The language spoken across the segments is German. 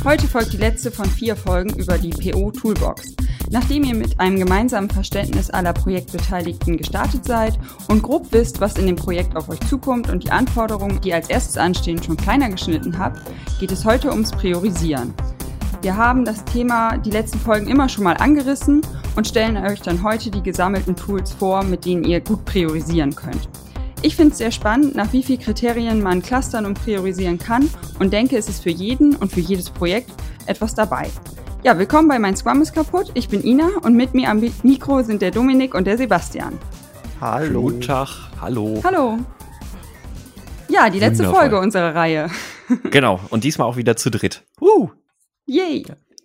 Heute folgt die letzte von 4 Folgen über die PO Toolbox. Nachdem ihr mit einem gemeinsamen Verständnis aller Projektbeteiligten gestartet seid und grob wisst, was in dem Projekt auf euch zukommt und die Anforderungen, die als erstes anstehen, schon kleiner geschnitten habt, geht es heute ums Priorisieren. Wir haben das Thema die letzten Folgen immer schon mal angerissen und stellen euch dann heute die gesammelten Tools vor, mit denen ihr gut priorisieren könnt. Ich finde es sehr spannend, nach wie vielen Kriterien man clustern und priorisieren kann und denke, es ist für jeden und für jedes Projekt etwas dabei. Ja, willkommen bei Mein Scrum ist kaputt. Ich bin Ina und mit mir am Mikro sind der Dominik und der Sebastian. Hallo. Guten Tag, hallo. Hallo. Ja, die letzte Wundervoll. Folge unserer Reihe. Genau, und diesmal auch wieder zu dritt. Yay.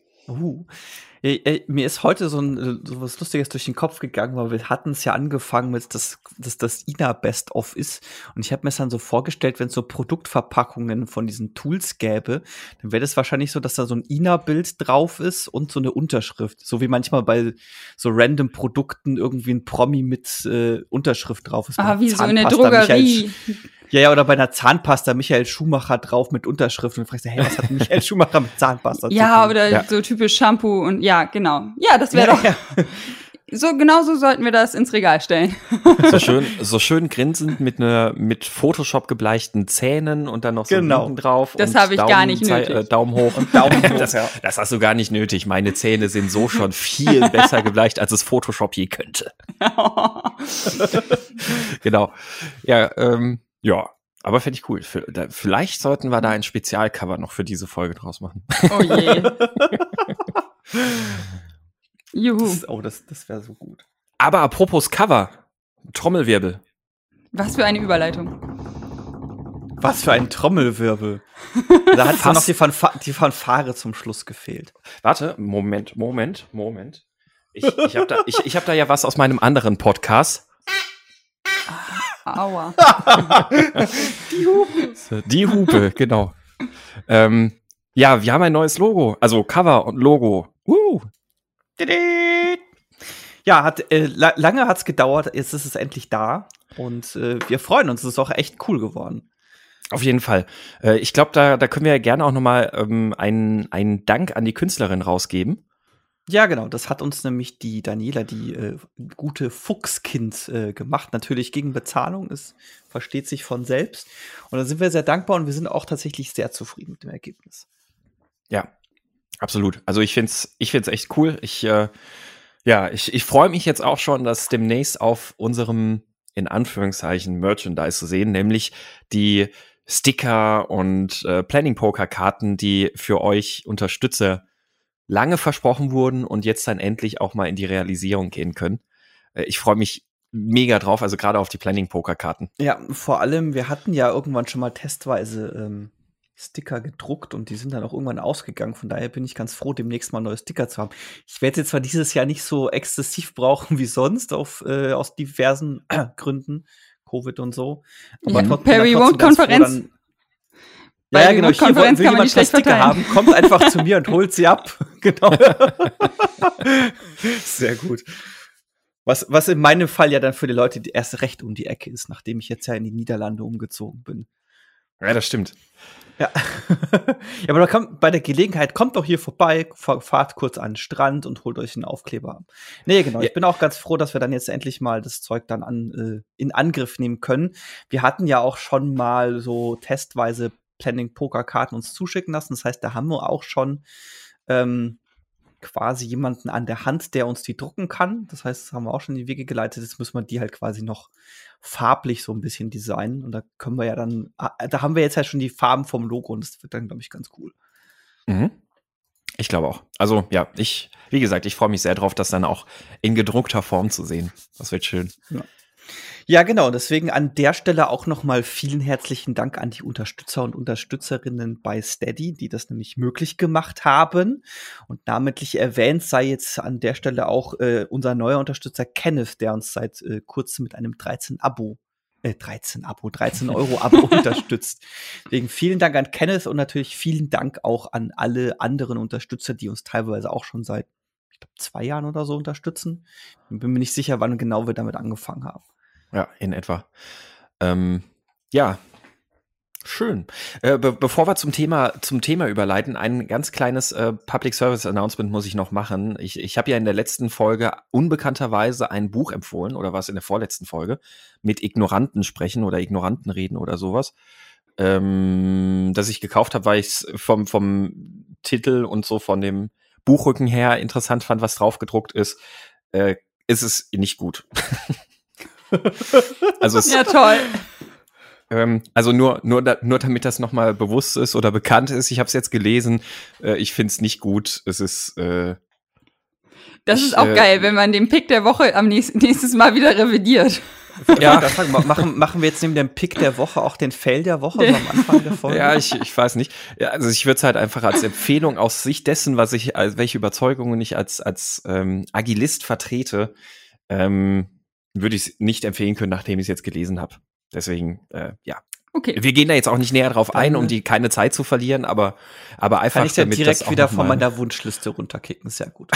Mir ist heute so was Lustiges durch den Kopf gegangen, weil wir hatten es ja angefangen mit, dass das Ina Best-of ist. Und ich habe mir es dann so vorgestellt, wenn es so Produktverpackungen von diesen Tools gäbe, dann wäre das wahrscheinlich so, dass da so ein Ina-Bild drauf ist und so eine Unterschrift. So wie manchmal bei so random Produkten irgendwie ein Promi mit Unterschrift drauf ist. Ah, wie so in der Zahnpasta, Drogerie. Ja, oder bei einer Zahnpasta Michael Schumacher drauf mit Unterschrift und du fragst, hey, was hat Michael Schumacher mit Zahnpasta zu tun? Ja, oder so typisch Shampoo und ja, genau. Ja, das wäre doch. Ja. So, genau so sollten wir das ins Regal stellen. So schön grinsend mit Photoshop gebleichten Zähnen und dann noch so Genau. Linken drauf. Das und habe ich gar nicht nötig. Daumen hoch. Und Daumen hoch, Das hast du gar nicht nötig. Meine Zähne sind so schon viel besser gebleicht, als es Photoshop je könnte. Genau. Ja, aber fände ich cool. Vielleicht sollten wir da ein Spezialcover noch für diese Folge draus machen. Oh je. Juhu. Das wäre so gut. Aber apropos Cover, Trommelwirbel. Was für eine Überleitung. Was für ein Trommelwirbel. Da hat noch die Fanfare zum Schluss gefehlt. Warte, Moment. Ich hab da ja was aus meinem anderen Podcast. Aua. Die Hupe, genau. Ja, wir haben ein neues Logo, also Cover und Logo. Ja, lange hat's gedauert, jetzt ist es endlich da und wir freuen uns, es ist auch echt cool geworden. Auf jeden Fall. Ich glaube, da können wir ja gerne auch nochmal einen Dank an die Künstlerin rausgeben. Ja, genau, das hat uns nämlich die Daniela, die gute Fuchskind, gemacht. Natürlich gegen Bezahlung, es versteht sich von selbst. Und da sind wir sehr dankbar und wir sind auch tatsächlich sehr zufrieden mit dem Ergebnis. Ja, absolut. Also ich find's echt cool. Ich freue mich jetzt auch schon, das demnächst auf unserem, in Anführungszeichen, Merchandise zu sehen, nämlich die Sticker und Planning-Poker-Karten, die für euch Unterstützer lange versprochen wurden und jetzt dann endlich auch mal in die Realisierung gehen können. Ich freue mich mega drauf, also gerade auf die Planning-Poker-Karten. Ja, vor allem, wir hatten ja irgendwann schon mal testweise Sticker gedruckt und die sind dann auch irgendwann ausgegangen. Von daher bin ich ganz froh, demnächst mal neue Sticker zu haben. Ich werde jetzt zwar dieses Jahr nicht so exzessiv brauchen wie sonst, aus diversen Gründen, Covid und so. Aber Ja, trotzdem per ganz Remote-Konferenz. froh, dann- Bei Ja, genau. Hier Remote-Konferenz will kann man jemand die schlecht Sticker verteilen. haben, kommt einfach zu mir und holt sie ab. Genau. Sehr gut. Was in meinem Fall ja dann für die Leute erst recht um die Ecke ist, nachdem ich jetzt ja in die Niederlande umgezogen bin. Ja, das stimmt. Ja. Ja, aber bei der Gelegenheit, kommt doch hier vorbei, fahrt kurz an den Strand und holt euch einen Aufkleber ab. Nee, genau. Ja. Ich bin auch ganz froh, dass wir dann jetzt endlich mal das Zeug dann in Angriff nehmen können. Wir hatten ja auch schon mal so testweise Planning-Poker-Karten uns zuschicken lassen. Das heißt, da haben wir auch schon quasi jemanden an der Hand, der uns die drucken kann. Das heißt, das haben wir auch schon in die Wege geleitet. Jetzt müssen wir die halt quasi noch farblich so ein bisschen designen. Und da können wir ja dann, da haben wir jetzt halt schon die Farben vom Logo und das wird dann, glaube ich, ganz cool. Mhm. Ich glaube auch. Also ja, wie gesagt, ich freue mich sehr drauf, das dann auch in gedruckter Form zu sehen. Das wird schön. Ja, genau. Deswegen an der Stelle auch noch mal vielen herzlichen Dank an die Unterstützer und Unterstützerinnen bei Steady, die das nämlich möglich gemacht haben. Und namentlich erwähnt sei jetzt an der Stelle auch unser neuer Unterstützer Kenneth, der uns seit kurzem mit einem 13 Euro Abo unterstützt. Deswegen vielen Dank an Kenneth und natürlich vielen Dank auch an alle anderen Unterstützer, die uns teilweise auch schon seit, ich glaube, 2 Jahren oder so unterstützen. Bin mir nicht sicher, wann genau wir damit angefangen haben. Ja, in etwa. Ja, Schön. Bevor wir zum Thema überleiten, ein ganz kleines Public Service Announcement muss ich noch machen. Ich habe ja in der letzten Folge unbekannterweise ein Buch empfohlen, oder war es in der vorletzten Folge, mit Ignoranten sprechen oder Ignoranten reden oder sowas, das ich gekauft habe, weil ich es vom Titel und so von dem Buchrücken her interessant fand, was drauf gedruckt ist. Ist es nicht gut. Also Ja, toll. Also nur damit das nochmal bewusst ist oder bekannt ist. Ich habe es jetzt gelesen. Ich finde es nicht gut. Es ist Das ist auch geil, wenn man den Pick der Woche am nächstes Mal wieder revidiert. Ja, machen wir jetzt neben dem Pick der Woche auch den Fail der Woche so am Anfang der Folge? Ja, ich weiß nicht. Ja, also ich würde es halt einfach als Empfehlung aus Sicht dessen, welche Überzeugungen ich als Agilist vertrete, würde ich es nicht empfehlen können, nachdem ich es jetzt gelesen habe. Deswegen, ja. Okay. Wir gehen da jetzt auch nicht näher drauf ein, um keine Zeit zu verlieren, aber einfach kann ich ja damit direkt das auch wieder von meiner Wunschliste runterkicken. Sehr gut.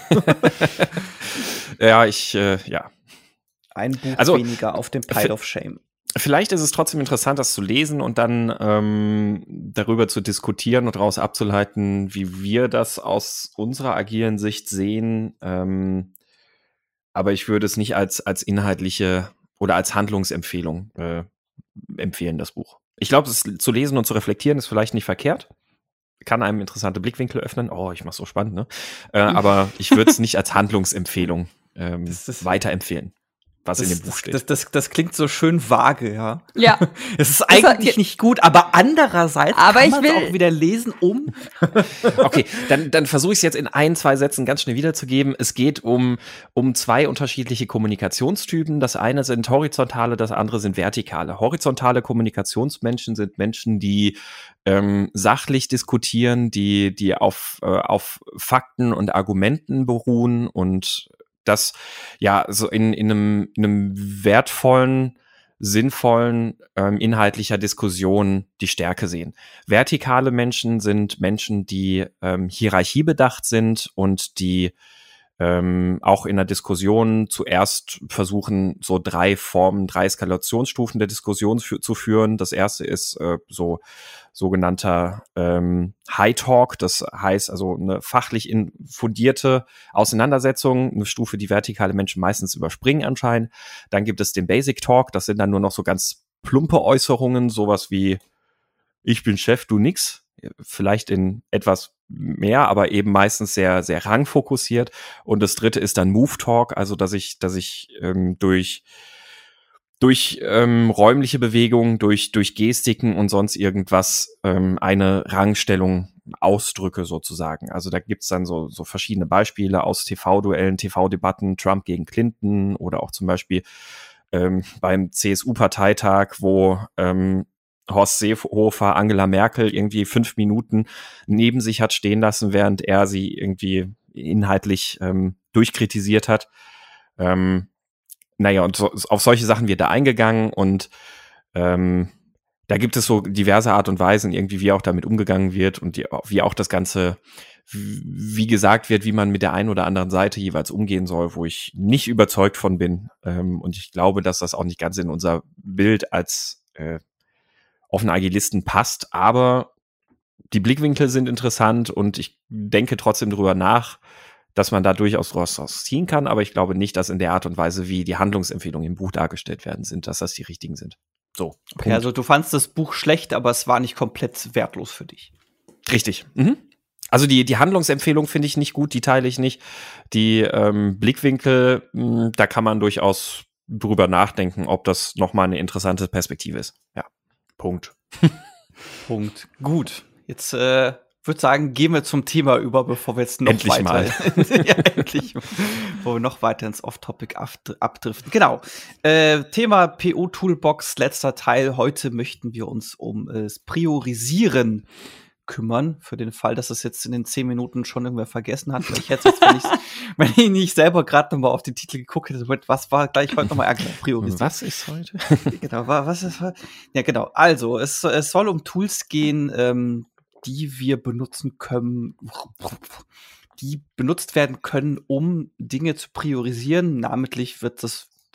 Ja, ja. Ein Buch weniger auf dem Pile of Shame. Vielleicht ist es trotzdem interessant, das zu lesen und dann darüber zu diskutieren und daraus abzuleiten, wie wir das aus unserer agilen Sicht sehen. Aber ich würde es nicht als inhaltliche oder als Handlungsempfehlung empfehlen, das Buch. Ich glaube, es zu lesen und zu reflektieren ist vielleicht nicht verkehrt. Kann einem interessante Blickwinkel öffnen. Oh, ich mach's so spannend, ne? Aber ich würde es nicht als Handlungsempfehlung weiterempfehlen, was in dem Buch steht. Das klingt so schön vage, ja. Ja. Es ist eigentlich nicht gut, aber andererseits kann man es auch wieder lesen, Okay, dann versuche ich es jetzt in 1-2 Sätzen ganz schnell wiederzugeben. Es geht um 2 unterschiedliche Kommunikationstypen. Das eine sind horizontale, das andere sind vertikale. Horizontale Kommunikationsmenschen sind Menschen, die sachlich diskutieren, die auf Fakten und Argumenten beruhen und das ja so in einem wertvollen, sinnvollen, inhaltlicher Diskussion die Stärke sehen. Vertikale Menschen sind Menschen, die hierarchiebedacht sind und die auch in der Diskussion zuerst versuchen, so 3 Eskalationsstufen der Diskussion zu führen. Das erste ist so sogenannter High Talk, das heißt also eine fachlich fundierte Auseinandersetzung, eine Stufe, die vertikale Menschen meistens überspringen anscheinend. Dann gibt es den Basic Talk, das sind dann nur noch so ganz plumpe Äußerungen, sowas wie ich bin Chef, du nix. Vielleicht in etwas mehr, aber eben meistens sehr, sehr rangfokussiert. Und das dritte ist dann Move Talk, also dass ich durch räumliche Bewegungen, durch Gestiken und sonst irgendwas eine Rangstellung ausdrücke sozusagen. Also da gibt's dann so verschiedene Beispiele aus TV-Duellen, TV-Debatten, Trump gegen Clinton oder auch zum Beispiel beim CSU-Parteitag, wo Horst Seehofer Angela Merkel irgendwie 5 Minuten neben sich hat stehen lassen, während er sie irgendwie inhaltlich durchkritisiert hat. Naja, und auf solche Sachen wird da eingegangen und da gibt es so diverse Art und Weisen irgendwie, wie auch damit umgegangen wird und wie auch das Ganze, wie gesagt wird, wie man mit der einen oder anderen Seite jeweils umgehen soll, wo ich nicht überzeugt von bin. Und ich glaube, dass das auch nicht ganz in unser Bild als offene Agilisten passt, aber die Blickwinkel sind interessant und ich denke trotzdem drüber nach, dass man da durchaus was ziehen kann, aber ich glaube nicht, dass in der Art und Weise, wie die Handlungsempfehlungen im Buch dargestellt werden, dass das die richtigen sind. So. Okay, also du fandst das Buch schlecht, aber es war nicht komplett wertlos für dich. Richtig. Mhm. Also die Handlungsempfehlung finde ich nicht gut, die teile ich nicht. Die Blickwinkel, da kann man durchaus drüber nachdenken, ob das nochmal eine interessante Perspektive ist. Ja. Punkt. Punkt. Gut. Jetzt würde sagen, gehen wir zum Thema über, bevor wir jetzt noch endlich weiter endlich, bevor wir noch weiter ins Off-Topic abdriften. Genau. Thema PO Toolbox, letzter Teil. Heute möchten wir uns um das Priorisieren kümmern, für den Fall, dass es jetzt in den 10 Minuten schon irgendwer vergessen hat. Ich hätte jetzt, wenn ich nicht selber gerade nochmal auf den Titel geguckt hätte, was war gleich heute nochmal priorisiert? Was ist heute? Genau, was ist heute? Ja, genau. Also, es soll um Tools gehen, die wir benutzen können, die benutzt werden können, um Dinge zu priorisieren. Namentlich wird das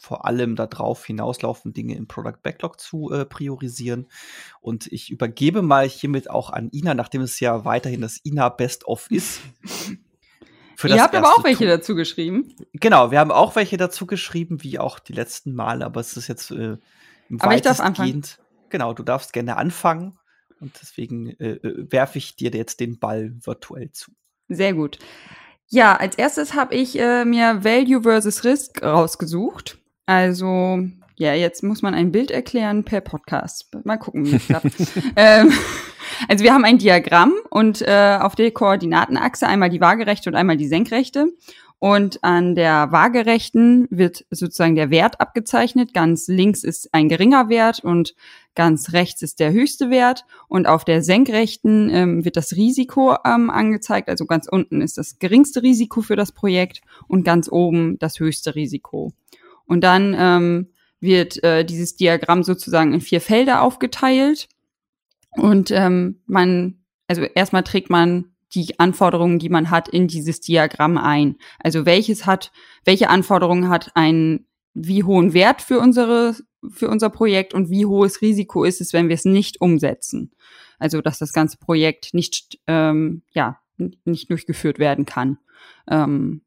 vor allem darauf hinauslaufen, Dinge im Product Backlog zu priorisieren. Und ich übergebe mal hiermit auch an Ina, nachdem es ja weiterhin das Ina Best of ist. Ihr habt aber auch welche dazu geschrieben. Genau, wir haben auch welche dazu geschrieben, wie auch die letzten Male, aber es ist jetzt aber ich darf anfangen. Genau, du darfst gerne anfangen und deswegen werfe ich dir jetzt den Ball virtuell zu. Sehr gut. Ja, als erstes habe ich mir Value versus Risk rausgesucht. Also, ja, jetzt muss man ein Bild erklären per Podcast. Mal gucken, wie es klappt. Also wir haben ein Diagramm und auf der Koordinatenachse einmal die waagerechte und einmal die senkrechte. Und an der waagerechten wird sozusagen der Wert abgezeichnet. Ganz links ist ein geringer Wert und ganz rechts ist der höchste Wert. Und auf der senkrechten wird das Risiko angezeigt. Also ganz unten ist das geringste Risiko für das Projekt und ganz oben das höchste Risiko. Und dann wird dieses Diagramm sozusagen in 4 Felder aufgeteilt. Und also erstmal trägt man die Anforderungen, die man hat, in dieses Diagramm ein. Also welche Anforderungen hat einen wie hohen Wert für unser Projekt und wie hohes Risiko ist es, wenn wir es nicht umsetzen. Also dass das ganze Projekt nicht durchgeführt werden kann. Wenn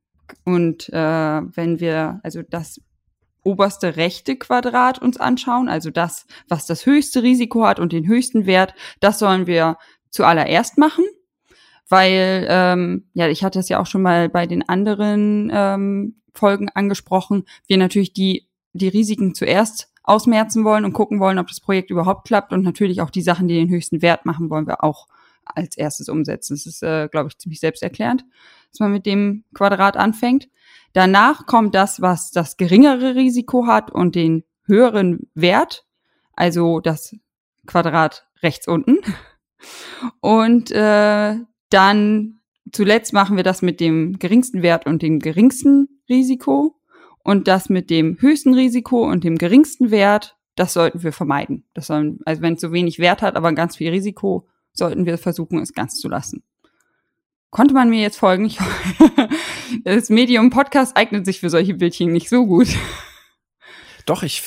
wir also das oberste rechte Quadrat uns anschauen, also das, was das höchste Risiko hat und den höchsten Wert, das sollen wir zuallererst machen, weil, ich hatte es ja auch schon mal bei den anderen Folgen angesprochen, wir natürlich die Risiken zuerst ausmerzen wollen und gucken wollen, ob das Projekt überhaupt klappt und natürlich auch die Sachen, die den höchsten Wert machen, wollen wir auch als erstes umsetzen. Das ist, glaube ich, ziemlich selbsterklärend, dass man mit dem Quadrat anfängt. Danach kommt das, was das geringere Risiko hat und den höheren Wert, also das Quadrat rechts unten. Und dann zuletzt machen wir das mit dem geringsten Wert und dem geringsten Risiko. Und das mit dem höchsten Risiko und dem geringsten Wert, das sollten wir vermeiden. Also wenn es so wenig Wert hat, aber ganz viel Risiko, sollten wir versuchen, es ganz zu lassen. Konnte man mir jetzt folgen? Das Medium Podcast eignet sich für solche Bildchen nicht so gut. Doch, ich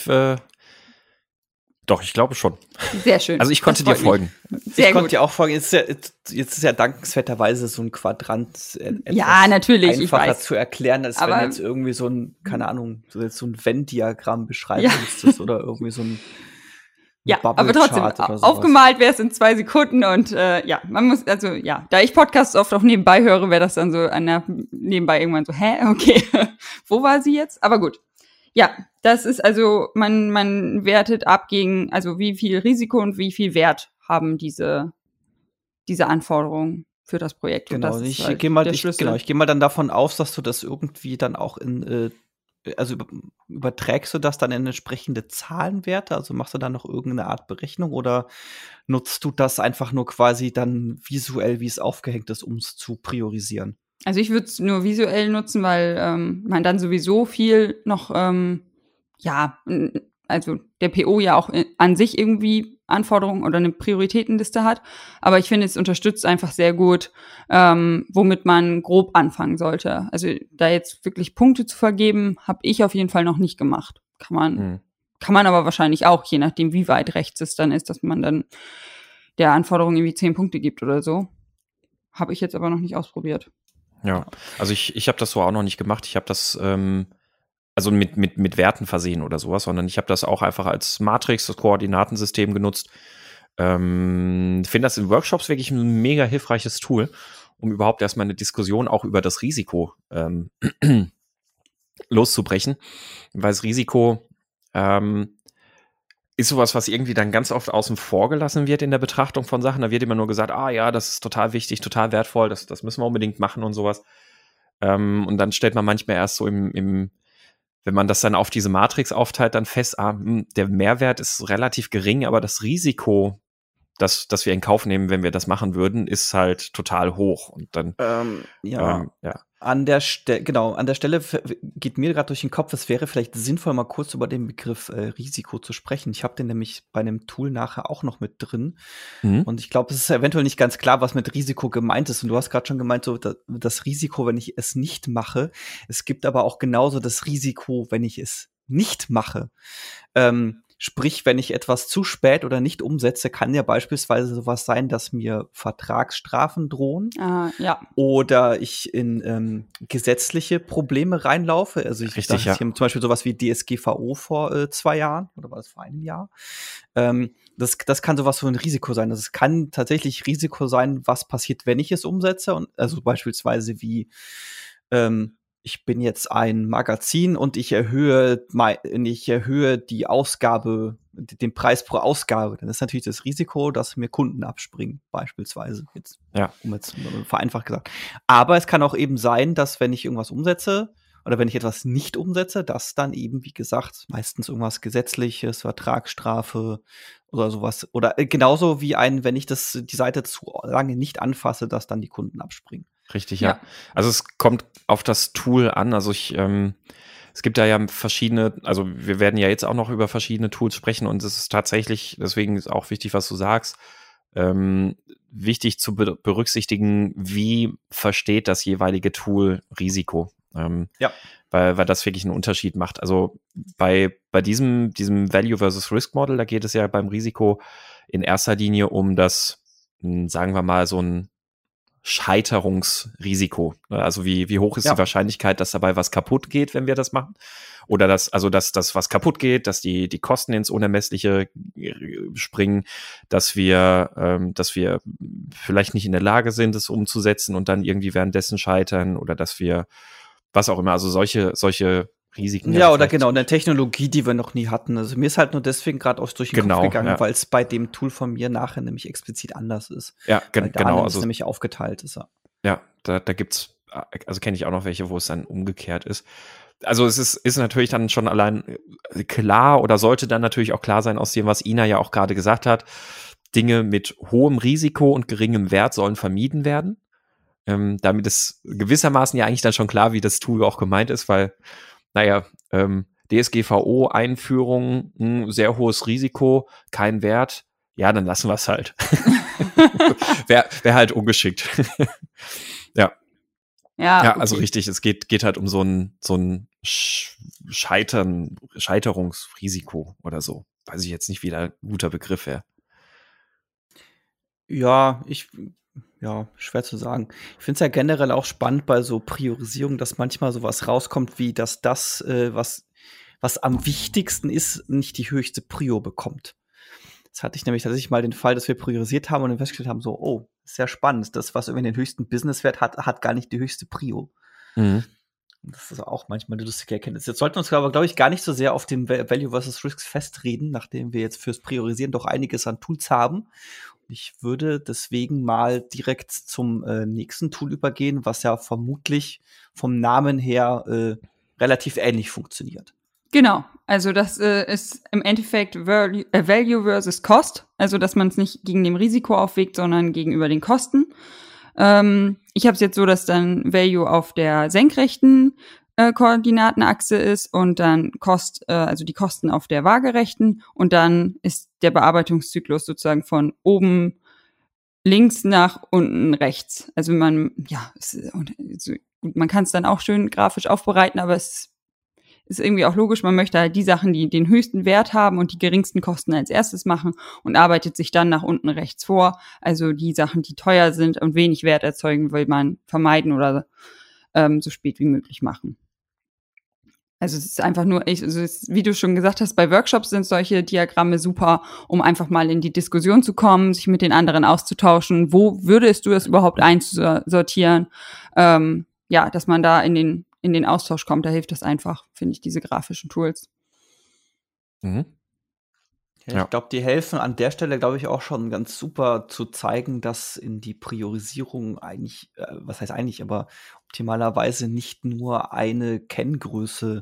glaube schon. Sehr schön. Also ich konnte dir folgen. Ich konnte dir auch folgen. Jetzt ist ja dankenswerterweise so ein Quadrant natürlich, einfacher zu erklären, als wenn jetzt irgendwie so ein, keine Ahnung, so ein Venn-Diagramm beschreiben müsstest oder irgendwie so ein aber trotzdem, aufgemalt wäre es in 2 Sekunden und man muss, da ich Podcasts oft auch nebenbei höre, wäre das dann so nebenbei irgendwann so, okay, wo war sie jetzt? Aber gut. Ja, das ist also, man wertet ab gegen, also wie viel Risiko und wie viel Wert haben diese Anforderungen für das Projekt. Genau, und das ich gehe mal dann davon aus, dass du das irgendwie dann auch überträgst du das dann in entsprechende Zahlenwerte? Also machst du da noch irgendeine Art Berechnung oder nutzt du das einfach nur quasi dann visuell, wie es aufgehängt ist, um es zu priorisieren? Also ich würde es nur visuell nutzen, weil man dann sowieso viel noch, also der PO ja auch an sich irgendwie Anforderungen oder eine Prioritätenliste hat. Aber ich finde, es unterstützt einfach sehr gut, womit man grob anfangen sollte. Also da jetzt wirklich Punkte zu vergeben, habe ich auf jeden Fall noch nicht gemacht. Kann man aber wahrscheinlich auch, je nachdem, wie weit rechts es dann ist, dass man dann der Anforderung irgendwie 10 Punkte gibt oder so. Habe ich jetzt aber noch nicht ausprobiert. Ja, also ich habe das so auch noch nicht gemacht. Ich habe das also mit Werten versehen oder sowas, sondern ich habe das auch einfach als Matrix, das Koordinatensystem genutzt. Finde das in Workshops wirklich ein mega hilfreiches Tool, um überhaupt erstmal eine Diskussion auch über das Risiko loszubrechen. Weil das Risiko ist sowas, was irgendwie dann ganz oft außen vor gelassen wird in der Betrachtung von Sachen. Da wird immer nur gesagt, das ist total wichtig, total wertvoll, das müssen wir unbedingt machen und sowas. Und dann stellt man manchmal erst so wenn man das dann auf diese Matrix aufteilt, dann fest, der Mehrwert ist relativ gering, aber das Risiko, das wir in Kauf nehmen, wenn wir das machen würden, ist halt total hoch. Und dann An der Stelle geht mir gerade durch den Kopf, es wäre vielleicht sinnvoll, mal kurz über den Begriff Risiko zu sprechen. Ich habe den nämlich bei einem Tool nachher auch noch mit drin. Und ich glaube, es ist eventuell nicht ganz klar, was mit Risiko gemeint ist. Und du hast gerade schon gemeint, so das Risiko, wenn ich es nicht mache. Es gibt aber auch genauso das Risiko, wenn ich es nicht mache. Sprich, wenn ich etwas zu spät oder nicht umsetze, kann ja beispielsweise sowas sein, dass mir Vertragsstrafen drohen. Ja. Oder ich in gesetzliche Probleme reinlaufe. Also ich Richtig, dachte, hier zum Beispiel sowas wie DSGVO vor 2 Jahren oder war das vor einem Jahr? Das kann sowas so ein Risiko sein. Also es kann tatsächlich Risiko sein, was passiert, wenn ich es umsetze. Und also beispielsweise wie ich bin jetzt ein Magazin und ich erhöhe die Ausgabe, den Preis pro Ausgabe. Dann ist natürlich das Risiko, dass mir Kunden abspringen, beispielsweise. Jetzt, um jetzt vereinfacht gesagt. Aber es kann auch eben sein, dass wenn ich irgendwas umsetze oder wenn ich etwas nicht umsetze, dass dann eben, wie gesagt, meistens irgendwas Gesetzliches, Vertragsstrafe oder sowas. Oder genauso wie wenn ich die Seite zu lange nicht anfasse, dass dann die Kunden abspringen. Richtig, ja. Also es kommt auf das Tool an. Also es gibt da ja verschiedene, also wir werden ja jetzt auch noch über verschiedene Tools sprechen und es ist tatsächlich, deswegen ist auch wichtig, was du sagst, wichtig zu berücksichtigen, wie versteht das jeweilige Tool Risiko. Weil das wirklich einen Unterschied macht. Also bei diesem Value versus Risk Model, da geht es ja beim Risiko in erster Linie um das, sagen wir mal, so ein Scheiterungsrisiko. Also wie hoch ist die Wahrscheinlichkeit, dass dabei was kaputt geht, wenn wir das machen? Oder dass was kaputt geht, dass die Kosten ins Unermessliche springen, dass wir vielleicht nicht in der Lage sind, es umzusetzen und dann irgendwie währenddessen scheitern oder dass wir was auch immer, also solche Risiken. Ja, oder genau, eine Technologie, die wir noch nie hatten. Also mir ist halt nur deswegen gerade auch durch den Kopf gegangen, weil es bei dem Tool von mir nachher nämlich explizit anders ist. Ja, genau. Also nämlich aufgeteilt ist. Ja, da gibt's, also kenne ich auch noch welche, wo es dann umgekehrt ist. Also es ist natürlich dann schon allein klar oder sollte dann natürlich auch klar sein aus dem, was Ina ja auch gerade gesagt hat. Dinge mit hohem Risiko und geringem Wert sollen vermieden werden. Damit ist gewissermaßen ja eigentlich dann schon klar, wie das Tool auch gemeint ist, weil DSGVO-Einführung, sehr hohes Risiko, kein Wert, ja, dann lassen wir es halt. Wär halt ungeschickt. Ja, also richtig, es geht halt um so ein Scheiterungsrisiko oder so. Weiß ich jetzt nicht, wie da ein guter Begriff wäre. Ja, schwer zu sagen. Ich finde es ja generell auch spannend bei so Priorisierung, dass manchmal sowas rauskommt, wie dass was am wichtigsten ist, nicht die höchste Prio bekommt. Das hatte ich nämlich tatsächlich mal den Fall, dass wir priorisiert haben und dann festgestellt haben, so, oh, sehr spannend. Das, was irgendwie den höchsten Businesswert hat gar nicht die höchste Prio. Mhm. Das ist auch manchmal eine lustige Erkenntnis. Jetzt sollten wir uns aber, glaube ich, gar nicht so sehr auf dem Value versus Risks festreden, nachdem wir jetzt fürs Priorisieren doch einiges an Tools haben. Ich würde deswegen mal direkt zum nächsten Tool übergehen, was ja vermutlich vom Namen her relativ ähnlich funktioniert. Genau, also das ist im Endeffekt Value versus Cost, also dass man es nicht gegen dem Risiko aufwiegt, sondern gegenüber den Kosten. Ich habe es jetzt so, dass dann Value auf der senkrechten Koordinatenachse ist und dann also die Kosten auf der waagerechten und dann ist der Bearbeitungszyklus sozusagen von oben links nach unten rechts. Also man kann es dann auch schön grafisch aufbereiten, aber es ist irgendwie auch logisch, man möchte halt die Sachen, die den höchsten Wert haben und die geringsten Kosten als erstes machen und arbeitet sich dann nach unten rechts vor. Also die Sachen, die teuer sind und wenig Wert erzeugen, will man vermeiden oder so spät wie möglich machen. Also es ist einfach nur, wie du schon gesagt hast, bei Workshops sind solche Diagramme super, um einfach mal in die Diskussion zu kommen, sich mit den anderen auszutauschen. Wo würdest du das überhaupt einsortieren? Dass man da in den Austausch kommt, da hilft das einfach, finde ich, diese grafischen Tools. Mhm. Ja, ich glaube, die helfen an der Stelle, glaube ich, auch schon ganz super zu zeigen, dass in die Priorisierung eigentlich, was heißt eigentlich, aber optimalerweise nicht nur eine Kenngröße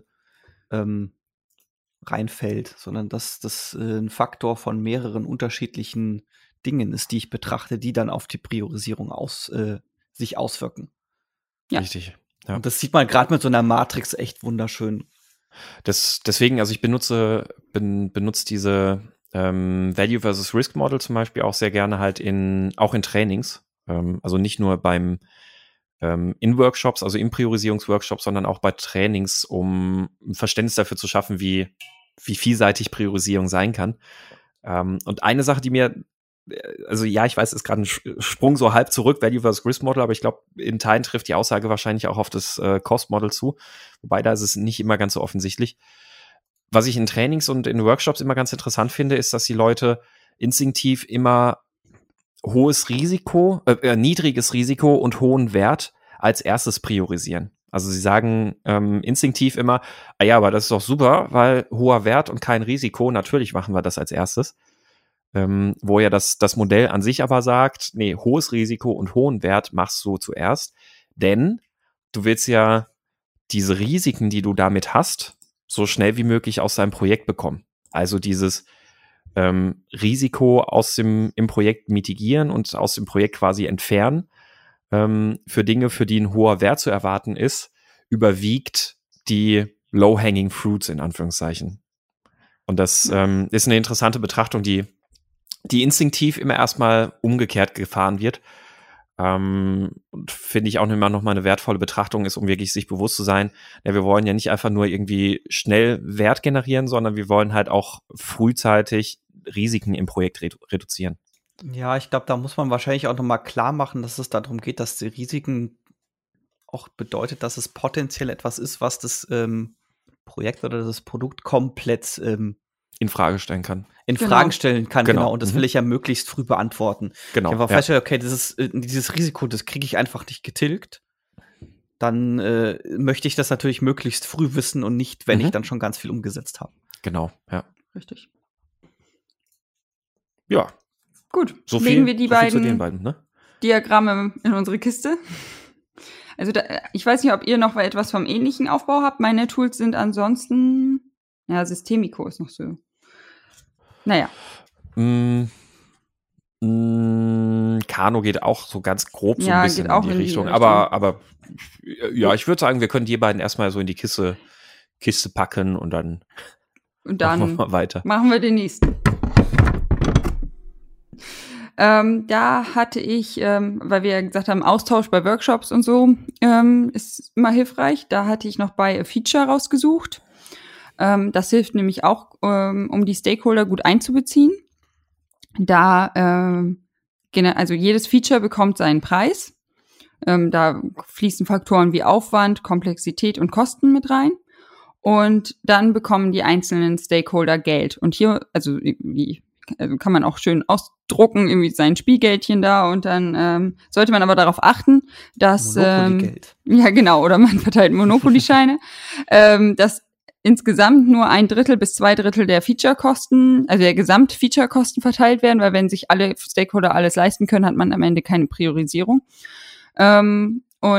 reinfällt, sondern dass das ein Faktor von mehreren unterschiedlichen Dingen ist, die ich betrachte, die dann auf die Priorisierung sich auswirken. Ja. Richtig. Ja. Und das sieht man gerade mit so einer Matrix echt wunderschön. Deswegen, also ich benutze diese Value versus Risk Model zum Beispiel auch sehr gerne halt auch in Trainings. Also nicht nur beim in Workshops, also in Priorisierungsworkshops, sondern auch bei Trainings, um ein Verständnis dafür zu schaffen, wie vielseitig Priorisierung sein kann. Und eine Sache, die mir, also ja, ich weiß, ist gerade ein Sprung so halb zurück, Value versus Risk Model, aber ich glaube, in Teilen trifft die Aussage wahrscheinlich auch auf das Cost Model zu. Wobei da ist es nicht immer ganz so offensichtlich. Was ich in Trainings und in Workshops immer ganz interessant finde, ist, dass die Leute instinktiv immer niedriges Risiko und hohen Wert als erstes priorisieren. Also sie sagen instinktiv immer, ja, aber das ist doch super, weil hoher Wert und kein Risiko, natürlich machen wir das als erstes. Wo ja das Modell an sich aber sagt, nee, hohes Risiko und hohen Wert machst du zuerst, denn du willst ja diese Risiken, die du damit hast, so schnell wie möglich aus deinem Projekt bekommen. Also dieses Risiko im Projekt mitigieren und aus dem Projekt quasi entfernen, für Dinge, für die ein hoher Wert zu erwarten ist, überwiegt die low-hanging fruits in Anführungszeichen. Und das ist eine interessante Betrachtung, die instinktiv immer erstmal umgekehrt gefahren wird. Und finde ich auch immer noch mal eine wertvolle Betrachtung ist, um wirklich sich bewusst zu sein, ja, wir wollen ja nicht einfach nur irgendwie schnell Wert generieren, sondern wir wollen halt auch frühzeitig Risiken im Projekt reduzieren. Ja, ich glaube, da muss man wahrscheinlich auch noch mal klar machen, dass es darum geht, dass die Risiken auch bedeutet, dass es potenziell etwas ist, was das Projekt oder das Produkt komplett in Frage stellen kann. Fragen stellen kann, Genau. Und das will ich ja möglichst früh beantworten. Genau. Ich habe festgestellt, okay, dieses Risiko, das kriege ich einfach nicht getilgt. Dann möchte ich das natürlich möglichst früh wissen und nicht, wenn ich dann schon ganz viel umgesetzt habe. Genau, ja. Richtig. Ja. Gut, So legen viel, wir die so viel zu den beiden beiden, ne? Diagramme in unsere Kiste. Also ich weiß nicht, ob ihr noch etwas vom ähnlichen Aufbau habt. Meine Tools sind ansonsten, ja, Systemico ist noch so. Naja. Kano geht auch so ganz grob so Ja, ein bisschen geht auch in die in die Richtung. Richtung. Aber ja, ich würde sagen, wir können die beiden erstmal so in die Kiste packen und dann machen wir mal weiter. Machen wir den nächsten. Da hatte ich, weil wir ja gesagt haben, Austausch bei Workshops und so ist immer hilfreich. Da hatte ich noch bei a Feature rausgesucht. Das hilft nämlich auch, um die Stakeholder gut einzubeziehen. Also jedes Feature bekommt seinen Preis. Da fließen Faktoren wie Aufwand, Komplexität und Kosten mit rein. Und dann bekommen die einzelnen Stakeholder Geld. Und hier, also kann man auch schön ausdrucken, irgendwie sein Spielgeldchen da. Und dann sollte man aber darauf achten, dass Monopoly-Geld. Ja, genau. Oder man verteilt Monopoly-Scheine. Dass insgesamt nur 1/3 bis 2/3 der Feature-Kosten, also der Gesamt-Feature-Kosten verteilt werden, weil wenn sich alle Stakeholder alles leisten können, hat man am Ende keine Priorisierung. Dann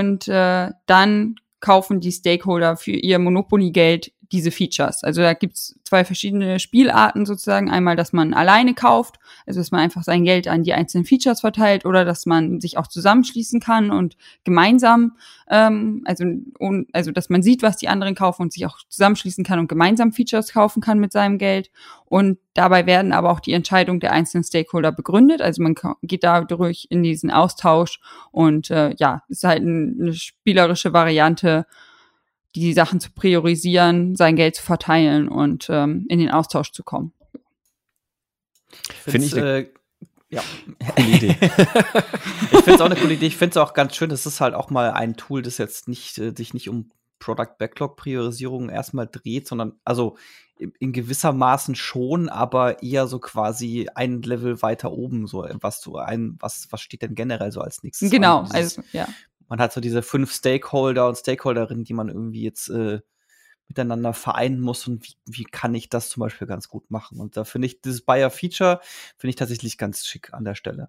kaufen die Stakeholder für ihr Monopoly-Geld diese Features. Also da gibt's 2 verschiedene Spielarten sozusagen. Einmal, dass man alleine kauft, also dass man einfach sein Geld an die einzelnen Features verteilt, oder dass man sich auch zusammenschließen kann und gemeinsam, also dass man sieht, was die anderen kaufen und sich auch zusammenschließen kann und gemeinsam Features kaufen kann mit seinem Geld. Und dabei werden aber auch die Entscheidungen der einzelnen Stakeholder begründet. Also man geht dadurch in diesen Austausch und ist halt eine spielerische Variante, die Sachen zu priorisieren, sein Geld zu verteilen und in den Austausch zu kommen. Finde ich eine coole Idee. Ich finde es auch eine coole Idee. Ich finde es auch ganz schön, das ist halt auch mal ein Tool, das jetzt sich nicht um Product Backlog Priorisierung erstmal dreht, sondern also in gewissermaßen schon, aber eher so quasi ein Level weiter oben, so was steht denn generell so als nächstes? Genau, an? also ja. Man hat so diese 5 Stakeholder und Stakeholderinnen, die man irgendwie jetzt miteinander vereinen muss, und wie kann ich das zum Beispiel ganz gut machen? Und da finde ich dieses Buyer-Feature tatsächlich ganz schick an der Stelle.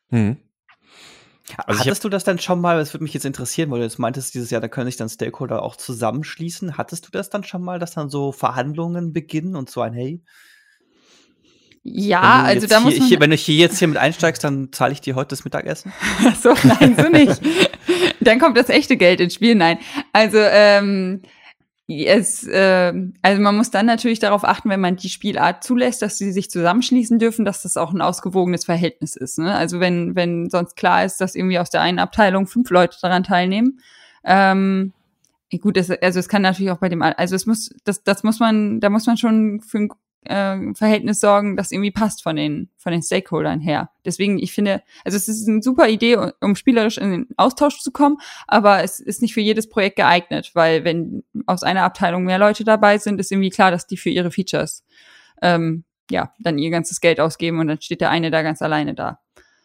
Also hattest du das dann schon mal, das würde mich jetzt interessieren, weil du jetzt meintest, dieses Jahr, da können sich dann Stakeholder auch zusammenschließen. Hattest du das dann schon mal, dass dann so Verhandlungen beginnen und so ein Hey? Ja, also da muss man... Wenn du hier jetzt mit einsteigst, dann zahle ich dir heute das Mittagessen? So, nein, so nicht. Dann kommt das echte Geld ins Spiel, nein. Also, Also man muss dann natürlich darauf achten, wenn man die Spielart zulässt, dass sie sich zusammenschließen dürfen, dass das auch ein ausgewogenes Verhältnis ist. Ne? Also wenn sonst klar ist, dass irgendwie aus der einen Abteilung 5 Leute daran teilnehmen, gut, es kann natürlich auch bei dem, also da muss man schon für ein Verhältnis sorgen, das irgendwie passt von den Stakeholdern her. Deswegen, ich finde, also es ist eine super Idee, um spielerisch in den Austausch zu kommen, aber es ist nicht für jedes Projekt geeignet, weil wenn aus einer Abteilung mehr Leute dabei sind, ist irgendwie klar, dass die für ihre Features dann ihr ganzes Geld ausgeben und dann steht der eine da ganz alleine da.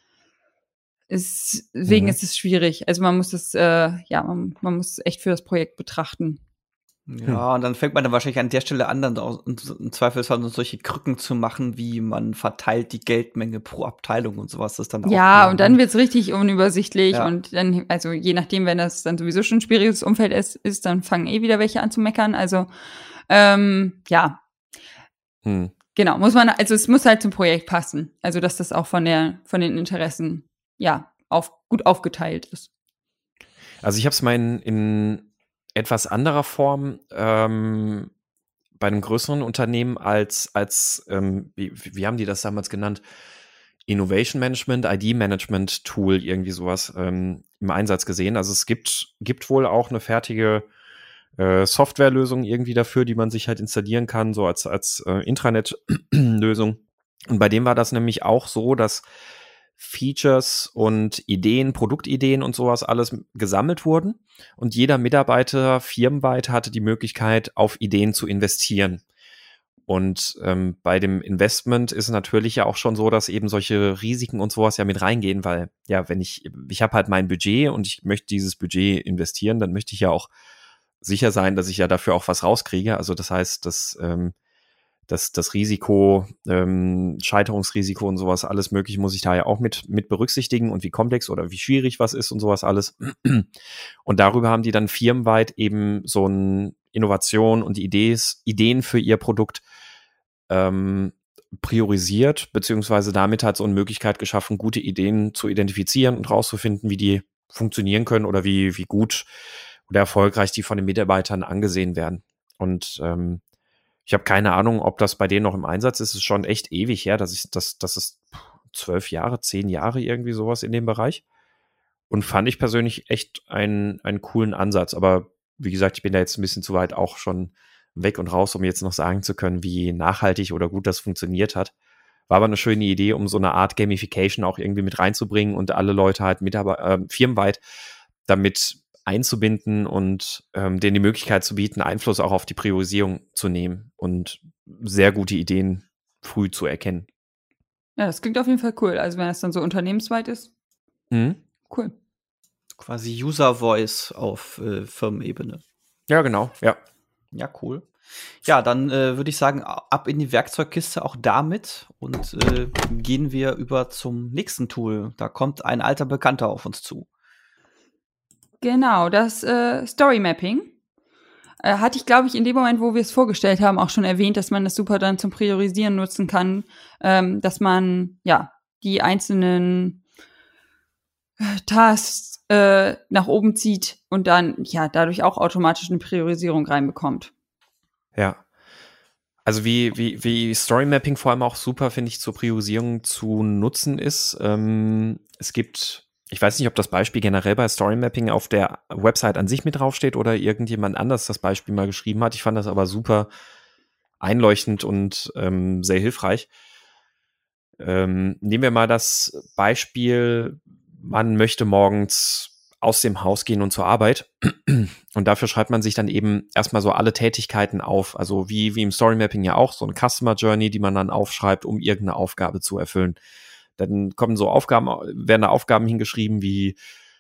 Deswegen ist es schwierig. Also man muss man muss echt für das Projekt betrachten. Ja, und dann fängt man dann wahrscheinlich an der Stelle an, dann im Zweifelsfall solche Krücken zu machen, wie man verteilt die Geldmenge pro Abteilung und sowas. Das dann auch und dann wird's richtig unübersichtlich Ja. und dann, also je nachdem, wenn das dann sowieso schon ein schwieriges Umfeld ist, dann fangen wieder welche an zu meckern. Also, Genau, es muss halt zum Projekt passen. Also, dass das auch von den Interessen, gut aufgeteilt ist. Also ich habe es mal in etwas anderer Form bei einem größeren Unternehmen als wie haben die das damals genannt? Innovation Management, ID Management Tool, irgendwie sowas im Einsatz gesehen. Also es gibt wohl auch eine fertige Softwarelösung irgendwie dafür, die man sich halt installieren kann, so als Intranet-Lösung. Und bei dem war das nämlich auch so, dass Features und Ideen, Produktideen und sowas alles gesammelt wurden und jeder Mitarbeiter firmenweit hatte die Möglichkeit, auf Ideen zu investieren. Und bei dem Investment ist es natürlich ja auch schon so, dass eben solche Risiken und sowas ja mit reingehen, weil ja, wenn ich habe halt mein Budget und ich möchte dieses Budget investieren, dann möchte ich ja auch sicher sein, dass ich ja dafür auch was rauskriege. Also das heißt, dass das Risiko, Scheiterungsrisiko und sowas, alles mögliche muss ich da ja auch mit berücksichtigen und wie komplex oder wie schwierig was ist und sowas alles. Und darüber haben die dann firmenweit eben so ein Innovation und Ideen für ihr Produkt priorisiert, beziehungsweise damit hat so eine Möglichkeit geschaffen, gute Ideen zu identifizieren und rauszufinden, wie die funktionieren können oder wie gut oder erfolgreich die von den Mitarbeitern angesehen werden. Und ich habe keine Ahnung, ob das bei denen noch im Einsatz ist. Es ist schon echt ewig her, das ist 12 Jahre, 10 Jahre irgendwie sowas in dem Bereich. Und fand ich persönlich echt einen coolen Ansatz. Aber wie gesagt, ich bin da jetzt ein bisschen zu weit auch schon weg und raus, um jetzt noch sagen zu können, wie nachhaltig oder gut das funktioniert hat. War aber eine schöne Idee, um so eine Art Gamification auch irgendwie mit reinzubringen und alle Leute halt firmenweit damit einzubinden und denen die Möglichkeit zu bieten, Einfluss auch auf die Priorisierung zu nehmen und sehr gute Ideen früh zu erkennen. Ja, das klingt auf jeden Fall cool. Also wenn es dann so unternehmensweit ist, cool. Quasi User Voice auf Firmenebene. Ja, genau, ja. Ja, cool. Ja, dann würde ich sagen, ab in die Werkzeugkiste auch damit und gehen wir über zum nächsten Tool. Da kommt ein alter Bekannter auf uns zu. Genau, das Story Mapping. Hatte ich, glaube ich, in dem Moment, wo wir es vorgestellt haben, auch schon erwähnt, dass man das super dann zum Priorisieren nutzen kann, dass man die einzelnen Tasks nach oben zieht und dann dadurch auch automatisch eine Priorisierung reinbekommt. Ja. Also wie Story Mapping vor allem auch super, finde ich, zur Priorisierung zu nutzen ist. Es gibt, ich weiß nicht, ob das Beispiel generell bei Story Mapping auf der Website an sich mit draufsteht oder irgendjemand anders das Beispiel mal geschrieben hat. Ich fand das aber super einleuchtend und sehr hilfreich. Nehmen wir mal das Beispiel, man möchte morgens aus dem Haus gehen und zur Arbeit. Und dafür schreibt man sich dann eben erstmal so alle Tätigkeiten auf. Also wie im Story Mapping ja auch, so eine Customer Journey, die man dann aufschreibt, um irgendeine Aufgabe zu erfüllen. Dann kommen werden da Aufgaben hingeschrieben wie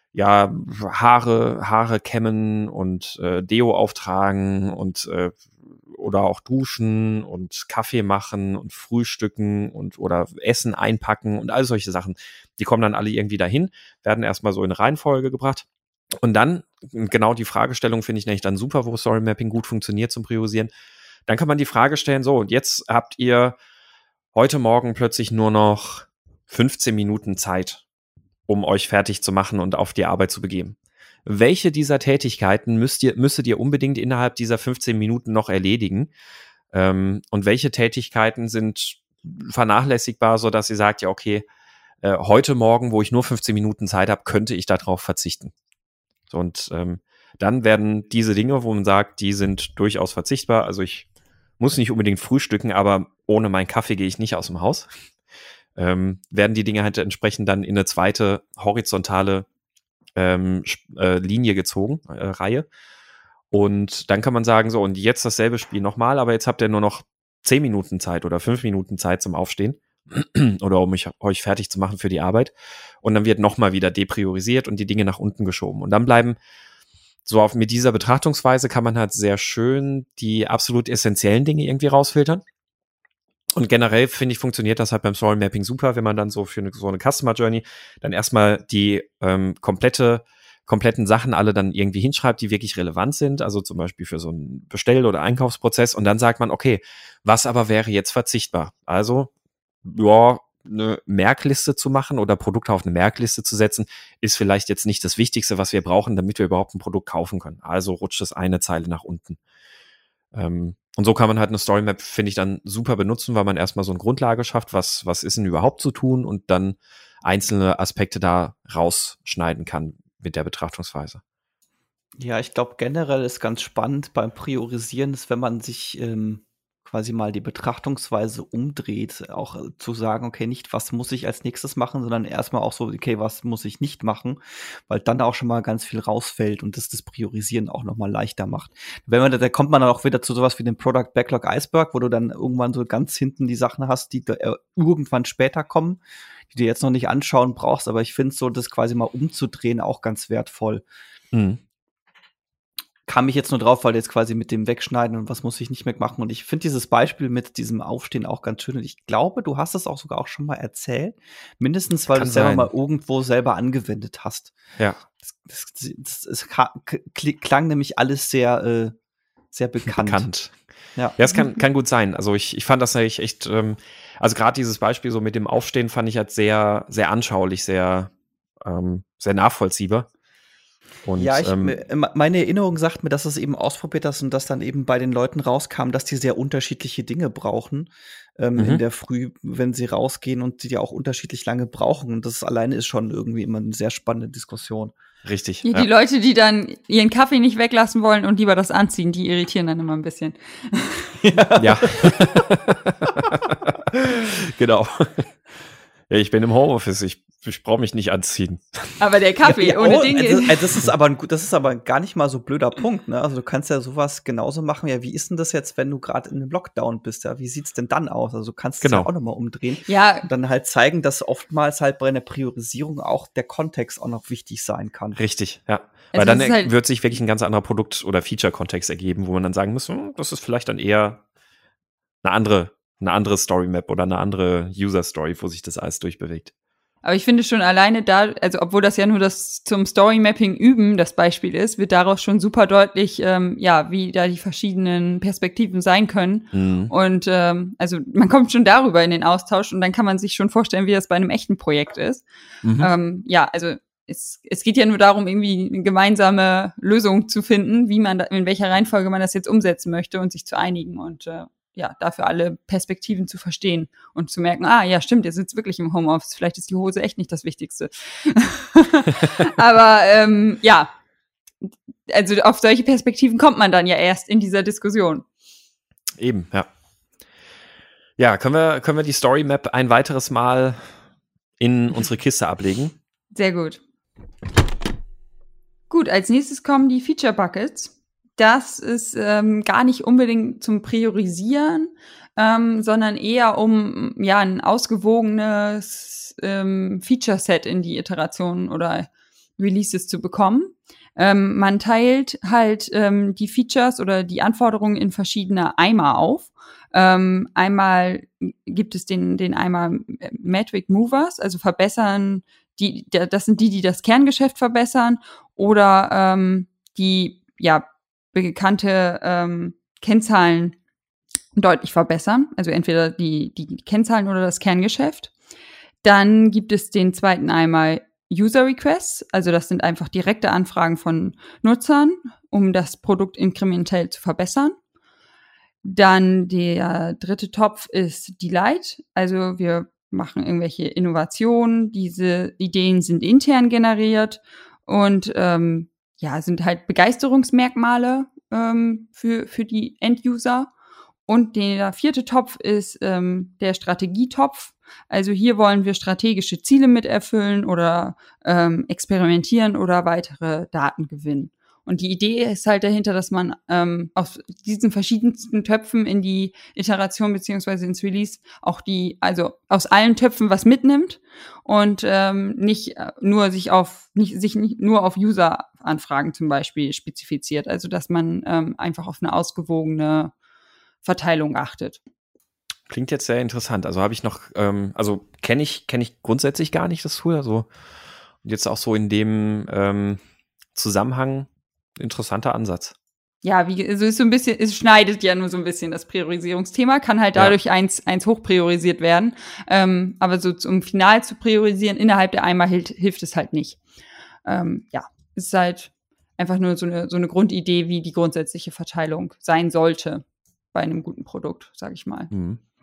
Haare kämmen und Deo auftragen und oder auch duschen und Kaffee machen und frühstücken oder Essen einpacken und all solche Sachen. Die kommen dann alle irgendwie dahin, werden erstmal so in Reihenfolge gebracht. Und dann, genau die Fragestellung finde ich nämlich dann super, wo Story Mapping gut funktioniert zum Priorisieren. Dann kann man die Frage stellen, so, und jetzt habt ihr heute Morgen plötzlich nur noch 15 Minuten Zeit, um euch fertig zu machen und auf die Arbeit zu begeben. welche dieser Tätigkeiten müsstet ihr unbedingt innerhalb dieser 15 Minuten noch erledigen, und welche Tätigkeiten sind vernachlässigbar, so dass ihr sagt, ja okay, heute Morgen, wo ich nur 15 Minuten Zeit habe, könnte ich darauf verzichten. So, und dann werden diese Dinge, wo man sagt, die sind durchaus verzichtbar, also ich muss nicht unbedingt frühstücken, aber ohne meinen Kaffee gehe ich nicht aus dem Haus, werden die Dinge halt entsprechend dann in eine zweite horizontale Linie gezogen, Reihe. Und dann kann man sagen, so, und jetzt dasselbe Spiel nochmal, aber jetzt habt ihr nur noch 10 Minuten Zeit oder 5 Minuten Zeit zum Aufstehen oder um euch fertig zu machen für die Arbeit. Und dann wird nochmal wieder depriorisiert und die Dinge nach unten geschoben. Und dann bleiben so mit dieser Betrachtungsweise kann man halt sehr schön die absolut essentiellen Dinge irgendwie rausfiltern. Und generell, finde ich, funktioniert das halt beim Story Mapping super, wenn man dann so für so eine Customer Journey dann erstmal die kompletten Sachen alle dann irgendwie hinschreibt, die wirklich relevant sind, also zum Beispiel für so einen Bestell- oder Einkaufsprozess, und dann sagt man, okay, was aber wäre jetzt verzichtbar? Also, ja, eine Merkliste zu machen oder Produkte auf eine Merkliste zu setzen, ist vielleicht jetzt nicht das Wichtigste, was wir brauchen, damit wir überhaupt ein Produkt kaufen können. Also rutscht es eine Zeile nach unten. Und so kann man halt eine Storymap, finde ich, dann super benutzen, weil man erstmal so eine Grundlage schafft, was ist denn überhaupt zu tun, und dann einzelne Aspekte da rausschneiden kann mit der Betrachtungsweise. Ja, ich glaube, generell ist ganz spannend beim Priorisieren, ist, wenn man sich quasi mal die Betrachtungsweise umdreht, auch zu sagen, okay, nicht, was muss ich als nächstes machen, sondern erstmal auch so, okay, was muss ich nicht machen, weil dann auch schon mal ganz viel rausfällt und das Priorisieren auch noch mal leichter macht. Wenn man, da kommt man dann auch wieder zu sowas wie dem Product Backlog Iceberg, wo du dann irgendwann so ganz hinten die Sachen hast, die irgendwann später kommen, die du jetzt noch nicht anschauen brauchst, aber ich finde so, das quasi mal umzudrehen auch ganz wertvoll. Kam ich jetzt nur drauf, weil jetzt quasi mit dem Wegschneiden und was muss ich nicht mehr machen. Und ich finde dieses Beispiel mit diesem Aufstehen auch ganz schön. Und ich glaube, du hast es auch sogar auch schon mal erzählt. Mindestens, weil du es selber mal irgendwo selber angewendet hast. Ja. Das klang nämlich alles sehr, sehr bekannt. Ja, es kann gut sein. Also ich fand das eigentlich echt, also gerade dieses Beispiel so mit dem Aufstehen fand ich halt sehr, sehr anschaulich, sehr, sehr nachvollziehbar. Und, ja, meine Erinnerung sagt mir, dass es eben ausprobiert hast und dass dann eben bei den Leuten rauskam, dass die sehr unterschiedliche Dinge brauchen in der Früh, wenn sie rausgehen, und die auch unterschiedlich lange brauchen. Und das alleine ist schon irgendwie immer eine sehr spannende Diskussion. Richtig. Die Leute, die dann ihren Kaffee nicht weglassen wollen und lieber das anziehen, die irritieren dann immer ein bisschen. Ja. Genau. Ja, ich bin im Homeoffice, ich brauche mich nicht anziehen. Aber der Kaffee ohne Dinge. Das ist aber gar nicht mal so blöder Punkt, ne? Also du kannst ja sowas genauso machen. Ja, wie ist denn das jetzt, wenn du gerade in einem Lockdown bist? Ja, wie sieht's denn dann aus? Also du kannst es ja auch nochmal umdrehen. Ja. Und dann halt zeigen, dass oftmals halt bei einer Priorisierung auch der Kontext auch noch wichtig sein kann. Richtig, ja. Weil dann wird sich wirklich ein ganz anderer Produkt- oder Feature-Kontext ergeben, wo man dann sagen muss, das ist vielleicht dann eher eine andere Story-Map oder eine andere User-Story, wo sich das alles durchbewegt. Aber ich finde schon alleine da, also obwohl das ja nur das zum Story-Mapping üben das Beispiel ist, wird daraus schon super deutlich, wie da die verschiedenen Perspektiven sein können. Und also man kommt schon darüber in den Austausch und dann kann man sich schon vorstellen, wie das bei einem echten Projekt ist. Also es geht ja nur darum, irgendwie eine gemeinsame Lösung zu finden, wie man in welcher Reihenfolge man das jetzt umsetzen möchte und sich zu einigen und dafür alle Perspektiven zu verstehen und zu merken, ja, stimmt, ihr sitzt wirklich im Homeoffice, vielleicht ist die Hose echt nicht das Wichtigste. Aber also auf solche Perspektiven kommt man dann ja erst in dieser Diskussion. Eben, ja. Ja, können wir die Story Map ein weiteres Mal in unsere Kiste ablegen? Sehr gut. Gut, als nächstes kommen die Feature Buckets. Das ist gar nicht unbedingt zum Priorisieren, sondern eher um ein ausgewogenes Feature-Set in die Iterationen oder Releases zu bekommen. Man teilt halt die Features oder die Anforderungen in verschiedene Eimer auf. Einmal gibt es den Eimer Metric Movers, also verbessern, das sind die das Kerngeschäft verbessern oder die bekannte Kennzahlen deutlich verbessern, also entweder die Kennzahlen oder das Kerngeschäft. Dann gibt es den zweiten Eimer User Requests, also das sind einfach direkte Anfragen von Nutzern, um das Produkt inkrementell zu verbessern. Dann der dritte Topf ist Delight, also wir machen irgendwelche Innovationen, diese Ideen sind intern generiert und sind halt Begeisterungsmerkmale für die End-User. Und der vierte Topf ist der Strategietopf. Also hier wollen wir strategische Ziele mit erfüllen oder experimentieren oder weitere Daten gewinnen. Und die Idee ist halt dahinter, dass man aus diesen verschiedensten Töpfen in die Iteration beziehungsweise ins Release auch also aus allen Töpfen was mitnimmt und nicht nur auf User-Anfragen zum Beispiel spezifiziert. Also dass man einfach auf eine ausgewogene Verteilung achtet. Klingt jetzt sehr interessant. Also habe ich noch, kenne ich grundsätzlich gar nicht das Tool. Also und jetzt auch so in dem Zusammenhang interessanter Ansatz. Ja, also ist so ein bisschen, es schneidet ja nur so ein bisschen das Priorisierungsthema, kann halt dadurch eins hoch priorisiert werden. Aber so um final zu priorisieren innerhalb der Eimer hilft es halt nicht. Es ist halt einfach nur so eine Grundidee, wie die grundsätzliche Verteilung sein sollte bei einem guten Produkt, sage ich mal.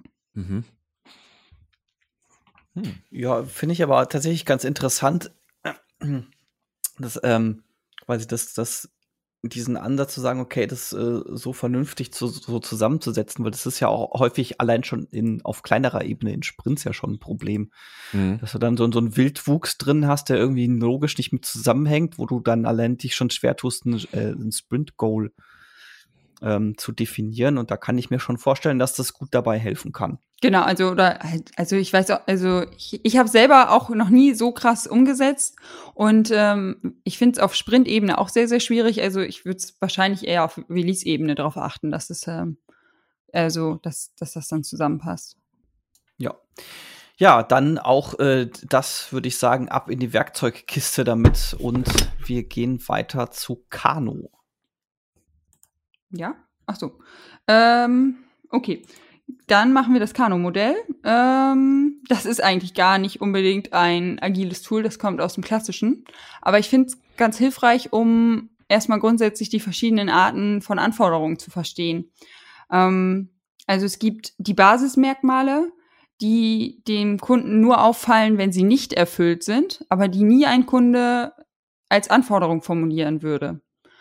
Ja, finde ich aber tatsächlich ganz interessant, dass quasi diesen Ansatz zu sagen, okay, das so vernünftig so zusammenzusetzen, weil das ist ja auch häufig allein schon auf kleinerer Ebene in Sprints ja schon ein Problem. Dass du dann so einen Wildwuchs drin hast, der irgendwie logisch nicht mit zusammenhängt, wo du dann allein dich schon schwer tust, ein Sprint-Goal zu definieren. Und da kann ich mir schon vorstellen, dass das gut dabei helfen kann. Genau, also ich weiß auch, ich habe selber auch noch nie so krass umgesetzt und ich finde es auf Sprint-Ebene auch sehr, sehr schwierig. Also ich würde es wahrscheinlich eher auf Release-Ebene darauf achten, dass es dass das dann zusammenpasst. Ja. Ja, dann auch das würde ich sagen, ab in die Werkzeugkiste damit und wir gehen weiter zu Kano. Ja? Ach so. Okay. Dann machen wir das Kano-Modell. Das ist eigentlich gar nicht unbedingt ein agiles Tool, das kommt aus dem Klassischen. Aber ich finde es ganz hilfreich, um erstmal grundsätzlich die verschiedenen Arten von Anforderungen zu verstehen. Also es gibt die Basismerkmale, die dem Kunden nur auffallen, wenn sie nicht erfüllt sind, aber die nie ein Kunde als Anforderung formulieren würde.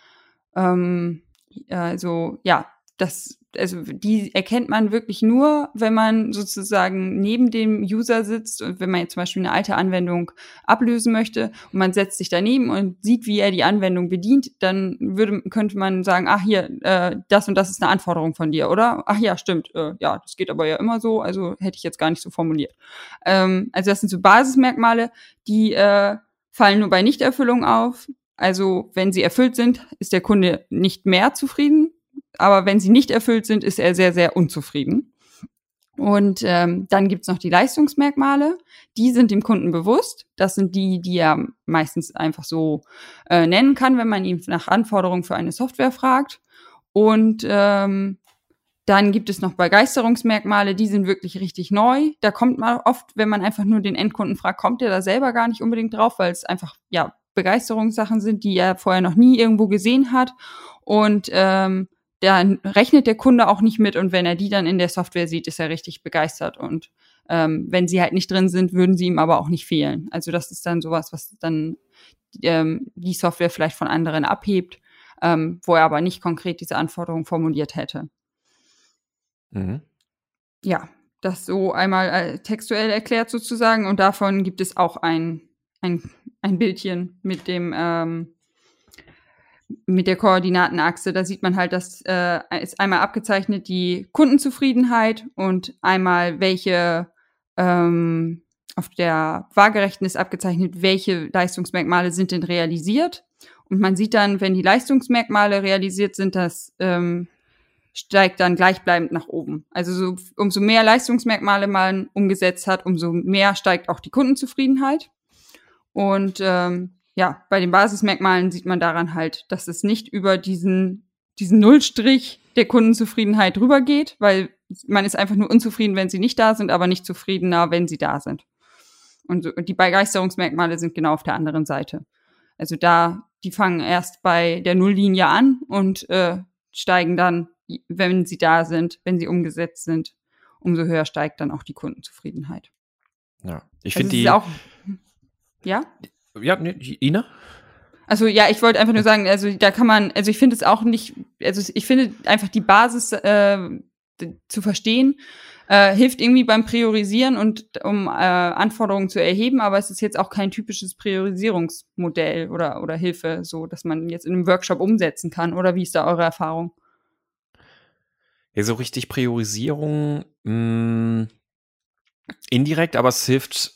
Die erkennt man wirklich nur, wenn man sozusagen neben dem User sitzt und wenn man jetzt zum Beispiel eine alte Anwendung ablösen möchte und man setzt sich daneben und sieht, wie er die Anwendung bedient, dann könnte man sagen, ach hier, das und das ist eine Anforderung von dir, oder? Ach ja, stimmt, das geht aber ja immer so, also hätte ich jetzt gar nicht so formuliert. Also das sind so Basismerkmale, die fallen nur bei Nichterfüllung auf. Also wenn sie erfüllt sind, ist der Kunde nicht mehr zufrieden. Aber wenn sie nicht erfüllt sind, ist er sehr, sehr unzufrieden. Und dann gibt's noch die Leistungsmerkmale. Die sind dem Kunden bewusst. Das sind die er meistens einfach so nennen kann, wenn man ihn nach Anforderungen für eine Software fragt. Und dann gibt es noch Begeisterungsmerkmale, die sind wirklich richtig neu. Da kommt man oft, wenn man einfach nur den Endkunden fragt, kommt der da selber gar nicht unbedingt drauf, weil es einfach Begeisterungssachen sind, die er vorher noch nie irgendwo gesehen hat. Und da rechnet der Kunde auch nicht mit und wenn er die dann in der Software sieht, ist er richtig begeistert und wenn sie halt nicht drin sind, würden sie ihm aber auch nicht fehlen. Also das ist dann sowas, was dann die Software vielleicht von anderen abhebt, wo er aber nicht konkret diese Anforderungen formuliert hätte. Ja, das so einmal textuell erklärt sozusagen und davon gibt es auch ein Bildchen mit dem mit der Koordinatenachse, da sieht man halt, dass ist einmal abgezeichnet die Kundenzufriedenheit und einmal welche auf der Waagerechten ist abgezeichnet, welche Leistungsmerkmale sind denn realisiert. Und man sieht dann, wenn die Leistungsmerkmale realisiert sind, das steigt dann gleichbleibend nach oben. Also umso mehr Leistungsmerkmale man umgesetzt hat, umso mehr steigt auch die Kundenzufriedenheit. Und bei den Basismerkmalen sieht man daran halt, dass es nicht über diesen Nullstrich der Kundenzufriedenheit drüber geht, weil man ist einfach nur unzufrieden, wenn sie nicht da sind, aber nicht zufriedener, wenn sie da sind. Und die Begeisterungsmerkmale sind genau auf der anderen Seite. Also die fangen erst bei der Nulllinie an und steigen dann, wenn sie da sind, wenn sie umgesetzt sind, umso höher steigt dann auch die Kundenzufriedenheit. Ja, ich finde die auch, ja? Ja, nee, Ina? Also ja, ich wollte einfach nur sagen, also da kann man, also ich finde es auch nicht, also ich finde einfach die Basis zu verstehen, hilft irgendwie beim Priorisieren und um Anforderungen zu erheben, aber es ist jetzt auch kein typisches Priorisierungsmodell oder Hilfe, so dass man jetzt in einem Workshop umsetzen kann. Oder wie ist da eure Erfahrung? Ja, so richtig Priorisierung indirekt, aber es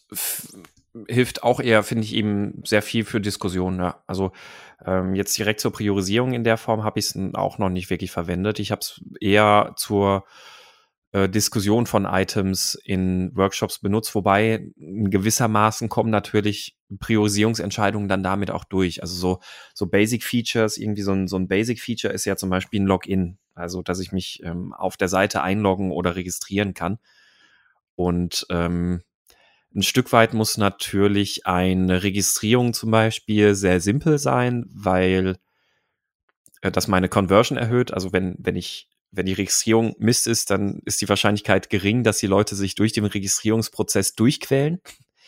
hilft auch eher, finde ich, eben sehr viel für Diskussionen. Ja. Also jetzt direkt zur Priorisierung in der Form habe ich es auch noch nicht wirklich verwendet. Ich habe es eher zur Diskussion von Items in Workshops benutzt, wobei in gewissermaßen kommen natürlich Priorisierungsentscheidungen dann damit auch durch. Also so Basic Features, irgendwie so ein Basic Feature ist ja zum Beispiel ein Login, also dass ich mich auf der Seite einloggen oder registrieren kann. Und ein Stück weit muss natürlich eine Registrierung zum Beispiel sehr simpel sein, weil das meine Conversion erhöht. Also wenn die Registrierung Mist ist, dann ist die Wahrscheinlichkeit gering, dass die Leute sich durch den Registrierungsprozess durchquälen.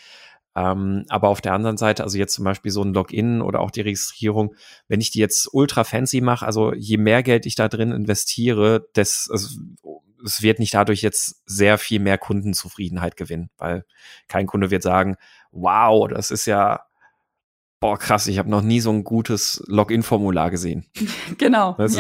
Aber auf der anderen Seite, also jetzt zum Beispiel so ein Login oder auch die Registrierung, wenn ich die jetzt ultra fancy mache, also je mehr Geld ich da drin investiere, es wird nicht dadurch jetzt sehr viel mehr Kundenzufriedenheit gewinnen, weil kein Kunde wird sagen, wow, das ist ja krass, ich habe noch nie so ein gutes Login-Formular gesehen. Genau, das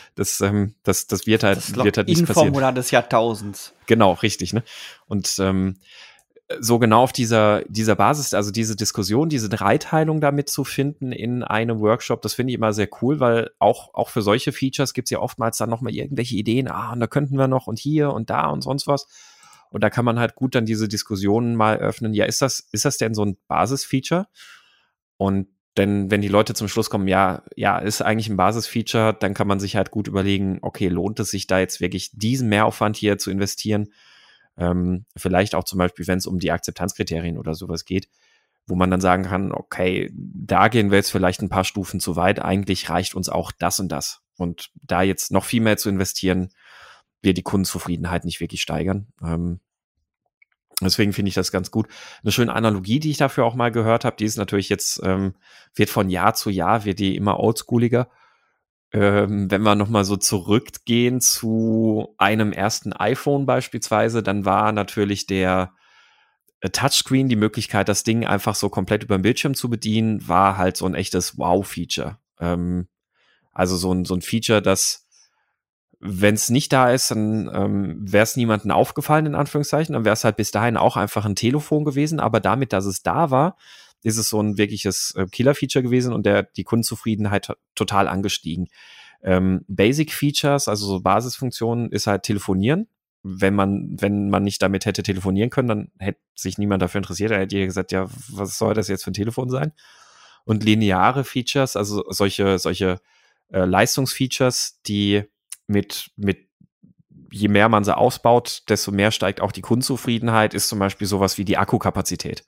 wird halt nicht passieren. Login-Formular des Jahrtausends. Genau, richtig, ne? Und so genau auf dieser Basis, also diese Diskussion, diese Dreiteilung damit zu finden in einem Workshop, das finde ich immer sehr cool, weil auch für solche Features gibt es ja oftmals dann nochmal irgendwelche Ideen, und da könnten wir noch und hier und da und sonst was. Und da kann man halt gut dann diese Diskussionen mal öffnen. Ja, ist das denn so ein Basis-Feature? Und denn wenn die Leute zum Schluss kommen, ja, ist eigentlich ein Basisfeature, dann kann man sich halt gut überlegen, okay, lohnt es sich da jetzt wirklich diesen Mehraufwand hier zu investieren? Vielleicht auch zum Beispiel, wenn es um die Akzeptanzkriterien oder sowas geht, wo man dann sagen kann, okay, da gehen wir jetzt vielleicht ein paar Stufen zu weit, eigentlich reicht uns auch das und das. Und da jetzt noch viel mehr zu investieren, wird die Kundenzufriedenheit nicht wirklich steigern. Deswegen finde ich das ganz gut. Eine schöne Analogie, die ich dafür auch mal gehört habe, die ist natürlich jetzt, wird von Jahr zu Jahr, wird die immer oldschooliger. Wenn wir nochmal so zurückgehen zu einem ersten iPhone beispielsweise, dann war natürlich der Touchscreen, die Möglichkeit, das Ding einfach so komplett über den Bildschirm zu bedienen, war halt so ein echtes Wow-Feature. Also so ein Feature, das, wenn es nicht da ist, dann wäre es niemandem aufgefallen, in Anführungszeichen. Dann wäre es halt bis dahin auch einfach ein Telefon gewesen. Aber damit, dass es da war, ist es so ein wirkliches Killer-Feature gewesen und die Kundenzufriedenheit total angestiegen. Basic-Features, also so Basisfunktionen, ist halt telefonieren. Wenn man nicht damit hätte telefonieren können, dann hätte sich niemand dafür interessiert. Er hätte jeder gesagt, ja, was soll das jetzt für ein Telefon sein? Und lineare Features, also solche Leistungsfeatures, die mit je mehr man sie ausbaut, desto mehr steigt auch die Kundenzufriedenheit, ist zum Beispiel sowas wie die Akkukapazität.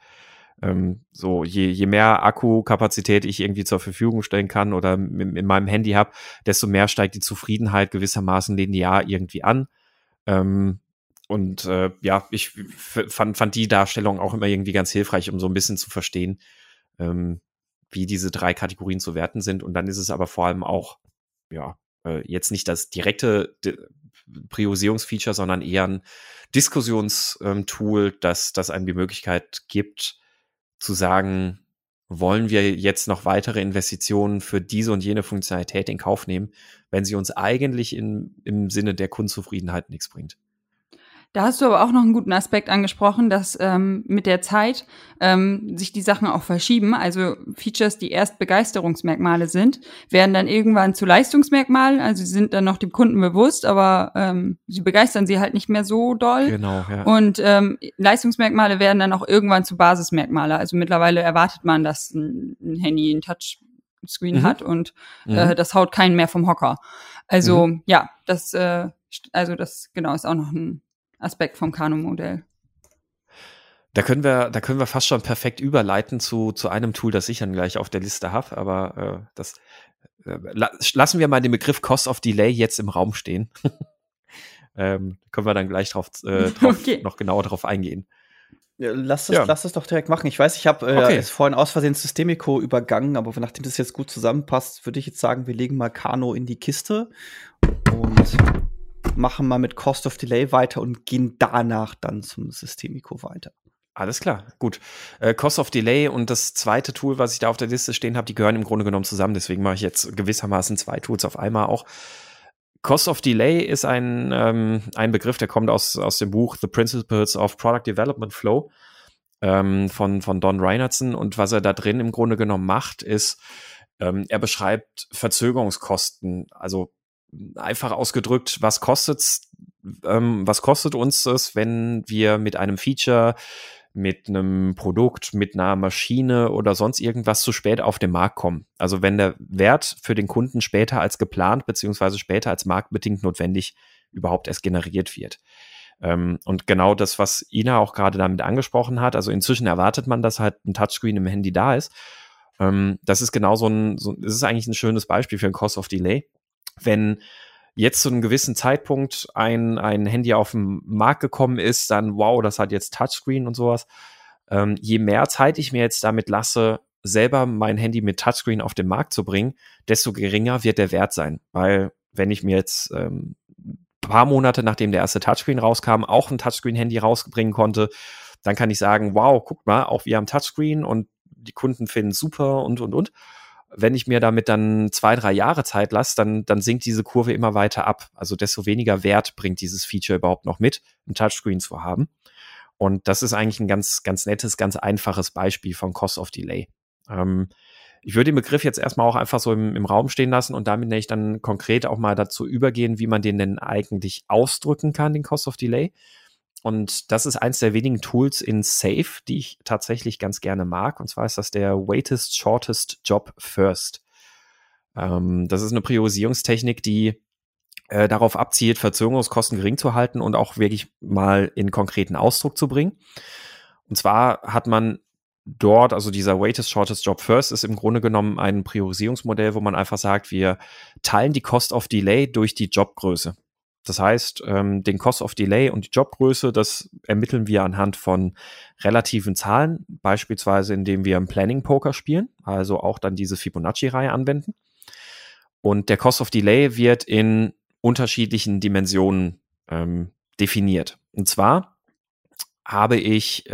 So je mehr Akkukapazität ich irgendwie zur Verfügung stellen kann oder in meinem Handy habe, desto mehr steigt die Zufriedenheit gewissermaßen linear irgendwie an. Ich fand die Darstellung auch immer irgendwie ganz hilfreich, um so ein bisschen zu verstehen, wie diese drei Kategorien zu werten sind. Und dann ist es aber vor allem auch, jetzt nicht das direkte Priorisierungsfeature, sondern eher ein Diskussionstool, das einem die Möglichkeit gibt, zu sagen, wollen wir jetzt noch weitere Investitionen für diese und jene Funktionalität in Kauf nehmen, wenn sie uns eigentlich im Sinne der Kundenzufriedenheit nichts bringt. Da hast du aber auch noch einen guten Aspekt angesprochen, dass mit der Zeit sich die Sachen auch verschieben. Also Features, die erst Begeisterungsmerkmale sind, werden dann irgendwann zu Leistungsmerkmalen. Also sie sind dann noch dem Kunden bewusst, aber sie begeistern sie halt nicht mehr so doll. Genau, ja. Und Leistungsmerkmale werden dann auch irgendwann zu Basismerkmale. Also mittlerweile erwartet man, dass ein Handy ein Touchscreen hat und das haut keinen mehr vom Hocker. Also das ist auch noch ein Aspekt vom Kano-Modell. Da können wir fast schon perfekt überleiten zu einem Tool, das ich dann gleich auf der Liste habe, aber lassen wir mal den Begriff Cost of Delay jetzt im Raum stehen. Können wir dann gleich Okay. noch genauer drauf eingehen. Ja, lass es doch direkt machen. Ich weiß, ich habe es vorhin aus Versehen Systemico übergangen, aber nachdem das jetzt gut zusammenpasst, würde ich jetzt sagen, wir legen mal Kano in die Kiste und machen mal mit Cost of Delay weiter und gehen danach dann zum Systemico weiter. Alles klar, gut. Cost of Delay und das zweite Tool, was ich da auf der Liste stehen habe, die gehören im Grunde genommen zusammen. Deswegen mache ich jetzt gewissermaßen 2 Tools auf einmal auch. Cost of Delay ist ein Begriff, der kommt aus dem Buch The Principles of Product Development Flow von Don Reinertsen. Und was er da drin im Grunde genommen macht, ist, er beschreibt Verzögerungskosten. Also einfach ausgedrückt, was kostet uns es, wenn wir mit einem Feature, mit einem Produkt, mit einer Maschine oder sonst irgendwas zu spät auf den Markt kommen. Also wenn der Wert für den Kunden später als geplant beziehungsweise später als marktbedingt notwendig überhaupt erst generiert wird. Und genau das, was Ina auch gerade damit angesprochen hat, also inzwischen erwartet man, dass halt ein Touchscreen im Handy da ist. Das ist genau das ist eigentlich ein schönes Beispiel für ein Cost of Delay. Wenn jetzt zu einem gewissen Zeitpunkt ein Handy auf den Markt gekommen ist, dann wow, das hat jetzt Touchscreen und sowas. Je mehr Zeit ich mir jetzt damit lasse, selber mein Handy mit Touchscreen auf den Markt zu bringen, desto geringer wird der Wert sein. Weil wenn ich mir jetzt ein paar Monate, nachdem der erste Touchscreen rauskam, auch ein Touchscreen-Handy rausbringen konnte, dann kann ich sagen, wow, guckt mal, auch wir haben Touchscreen und die Kunden finden es super und. Wenn ich mir damit dann 2-3 Jahre Zeit lasse, dann sinkt diese Kurve immer weiter ab. Also desto weniger Wert bringt dieses Feature überhaupt noch mit, ein Touchscreen zu haben. Und das ist eigentlich ein ganz, ganz nettes, ganz einfaches Beispiel von Cost of Delay. Ich würde den Begriff jetzt erstmal auch einfach so im Raum stehen lassen und damit ich dann konkret auch mal dazu übergehen, wie man den denn eigentlich ausdrücken kann, den Cost of Delay. Und das ist eins der wenigen Tools in Safe, die ich tatsächlich ganz gerne mag. Und zwar ist das der Waitest Shortest Job First. Das ist eine Priorisierungstechnik, die darauf abzielt, Verzögerungskosten gering zu halten und auch wirklich mal in konkreten Ausdruck zu bringen. Und zwar hat man dort, also dieser Waitest Shortest Job First ist im Grunde genommen ein Priorisierungsmodell, wo man einfach sagt, wir teilen die Cost of Delay durch die Jobgröße. Das heißt, den Cost of Delay und die Jobgröße, das ermitteln wir anhand von relativen Zahlen, beispielsweise indem wir im Planning-Poker spielen, also auch dann diese Fibonacci-Reihe anwenden. Und der Cost of Delay wird in unterschiedlichen Dimensionen definiert. Und zwar habe ich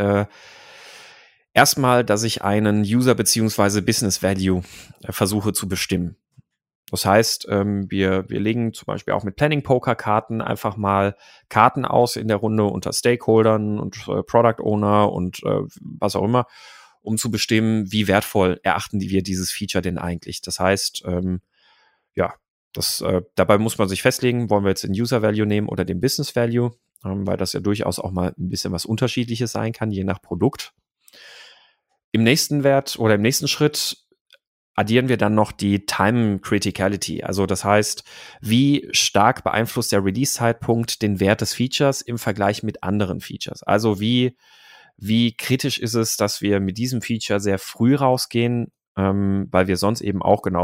erstmal, dass ich einen User- bzw. Business-Value versuche zu bestimmen. Das heißt, wir legen zum Beispiel auch mit Planning-Poker-Karten einfach mal Karten aus in der Runde unter Stakeholdern und Product Owner und was auch immer, um zu bestimmen, wie wertvoll erachten wir dieses Feature denn eigentlich. Das heißt, dabei muss man sich festlegen, wollen wir jetzt den User-Value nehmen oder den Business-Value, weil das ja durchaus auch mal ein bisschen was Unterschiedliches sein kann, je nach Produkt. Im nächsten Schritt addieren wir dann noch die Time Criticality. Also das heißt, wie stark beeinflusst der Release-Zeitpunkt den Wert des Features im Vergleich mit anderen Features? Also wie kritisch ist es, dass wir mit diesem Feature sehr früh rausgehen, weil wir sonst eben auch genau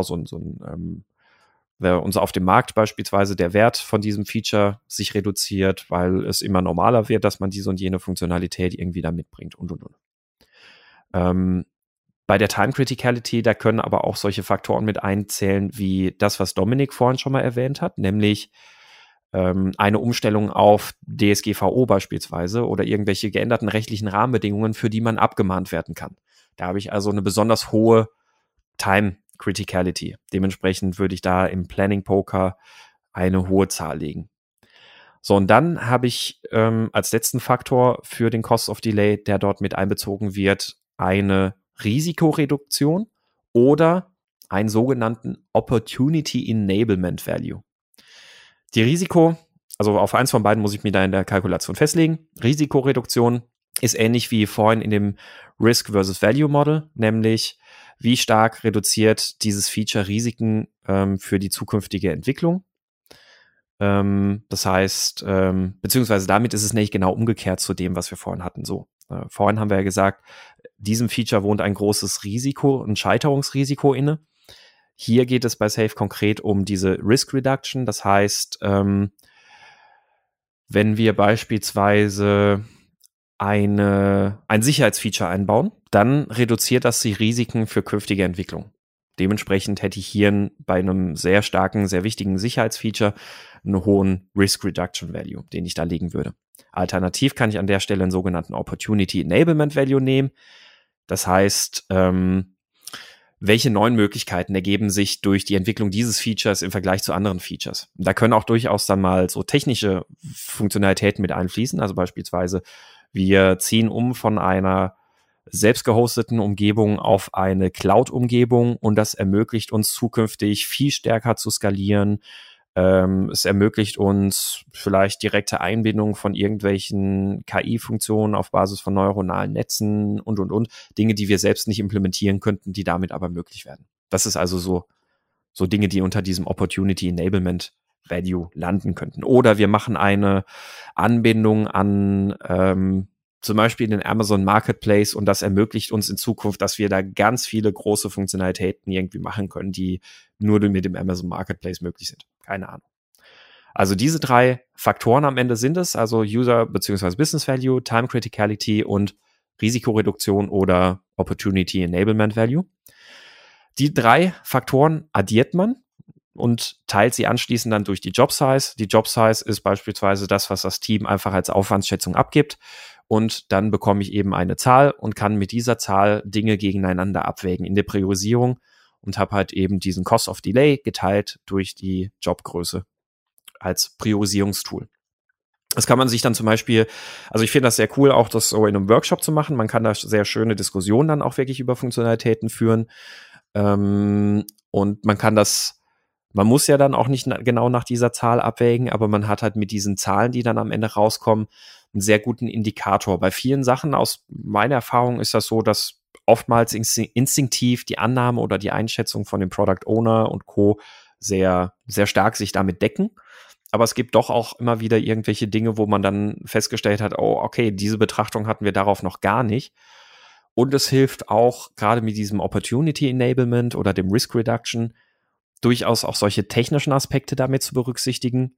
uns auf dem Markt beispielsweise der Wert von diesem Feature sich reduziert, weil es immer normaler wird, dass man diese und jene Funktionalität irgendwie da mitbringt und. Bei der Time Criticality, da können aber auch solche Faktoren mit einzählen, wie das, was Dominik vorhin schon mal erwähnt hat, nämlich eine Umstellung auf DSGVO beispielsweise oder irgendwelche geänderten rechtlichen Rahmenbedingungen, für die man abgemahnt werden kann. Da habe ich also eine besonders hohe Time Criticality. Dementsprechend würde ich da im Planning Poker eine hohe Zahl legen. So, und dann habe ich als letzten Faktor für den Cost of Delay, der dort mit einbezogen wird, eine Risikoreduktion oder einen sogenannten Opportunity Enablement Value. Also auf eins von beiden muss ich mir da in der Kalkulation festlegen. Risikoreduktion ist ähnlich wie vorhin in dem Risk versus Value Model, nämlich wie stark reduziert dieses Feature Risiken für die zukünftige Entwicklung. Das heißt, beziehungsweise damit ist es nicht genau umgekehrt zu dem, was wir vorhin hatten. So, Vorhin haben wir ja gesagt, diesem Feature wohnt ein großes Risiko, ein Scheiterungsrisiko inne. Hier geht es bei Safe konkret um diese Risk Reduction. Das heißt, wenn wir beispielsweise ein Sicherheitsfeature einbauen, dann reduziert das die Risiken für künftige Entwicklung. Dementsprechend hätte ich hier bei einem sehr starken, sehr wichtigen Sicherheitsfeature einen hohen Risk Reduction Value, den ich da legen würde. Alternativ kann ich an der Stelle einen sogenannten Opportunity Enablement Value nehmen. Das heißt, welche neuen Möglichkeiten ergeben sich durch die Entwicklung dieses Features im Vergleich zu anderen Features. Da können auch durchaus dann mal so technische Funktionalitäten mit einfließen. Also beispielsweise, wir ziehen um von einer selbst gehosteten Umgebung auf eine Cloud-Umgebung und das ermöglicht uns zukünftig viel stärker zu skalieren. Es ermöglicht uns vielleicht direkte Einbindung von irgendwelchen KI-Funktionen auf Basis von neuronalen Netzen und. Dinge, die wir selbst nicht implementieren könnten, die damit aber möglich werden. Das ist also so Dinge, die unter diesem Opportunity Enablement Value landen könnten. Oder wir machen eine Anbindung an zum Beispiel den Amazon Marketplace und das ermöglicht uns in Zukunft, dass wir da ganz viele große Funktionalitäten irgendwie machen können, die nur mit dem Amazon Marketplace möglich sind. Keine Ahnung. Also diese 3 Faktoren am Ende sind es, also User bzw. Business Value, Time Criticality und Risikoreduktion oder Opportunity Enablement Value. Die 3 Faktoren addiert man und teilt sie anschließend dann durch die Job Size. Die Job Size ist beispielsweise das, was das Team einfach als Aufwandsschätzung abgibt. Und dann bekomme ich eben eine Zahl und kann mit dieser Zahl Dinge gegeneinander abwägen in der Priorisierung und habe halt eben diesen Cost of Delay geteilt durch die Jobgröße als Priorisierungstool. Das kann man sich dann zum Beispiel, also ich finde das sehr cool, auch das so in einem Workshop zu machen. Man kann da sehr schöne Diskussionen dann auch wirklich über Funktionalitäten führen. Und man muss ja dann auch nicht genau nach dieser Zahl abwägen, aber man hat halt mit diesen Zahlen, die dann am Ende rauskommen, einen sehr guten Indikator. Bei vielen Sachen aus meiner Erfahrung ist das so, dass oftmals instinktiv die Annahme oder die Einschätzung von dem Product Owner und Co. sehr, sehr stark sich damit decken. Aber es gibt doch auch immer wieder irgendwelche Dinge, wo man dann festgestellt hat, oh, okay, diese Betrachtung hatten wir darauf noch gar nicht. Und es hilft auch, gerade mit diesem Opportunity Enablement oder dem Risk Reduction, durchaus auch solche technischen Aspekte damit zu berücksichtigen,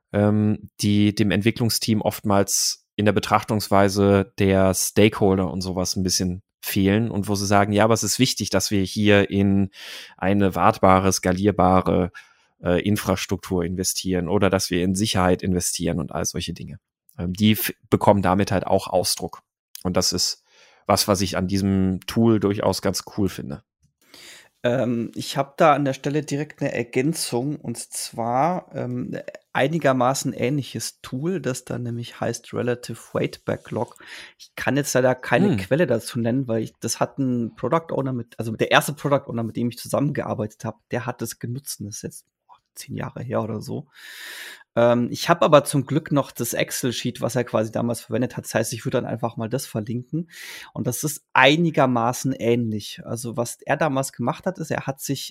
die dem Entwicklungsteam oftmals in der Betrachtungsweise der Stakeholder und sowas ein bisschen fehlen und wo sie sagen, ja, aber es ist wichtig, dass wir hier in eine wartbare, skalierbare Infrastruktur investieren oder dass wir in Sicherheit investieren und all solche Dinge. Die bekommen damit halt auch Ausdruck. Und das ist was ich an diesem Tool durchaus ganz cool finde. Ich habe da an der Stelle direkt eine Ergänzung und zwar einigermaßen ähnliches Tool, das dann nämlich heißt Relative Weight Backlog. Ich kann jetzt leider keine Quelle dazu nennen, weil das hat ein Product Owner also der erste Product Owner, mit dem ich zusammengearbeitet habe, der hat es genutzt. Das ist jetzt 10 Jahre her oder so. Ich habe aber zum Glück noch das Excel-Sheet, was er quasi damals verwendet hat. Das heißt, ich würde dann einfach mal das verlinken. Und das ist einigermaßen ähnlich. Also was er damals gemacht hat, ist, er hat sich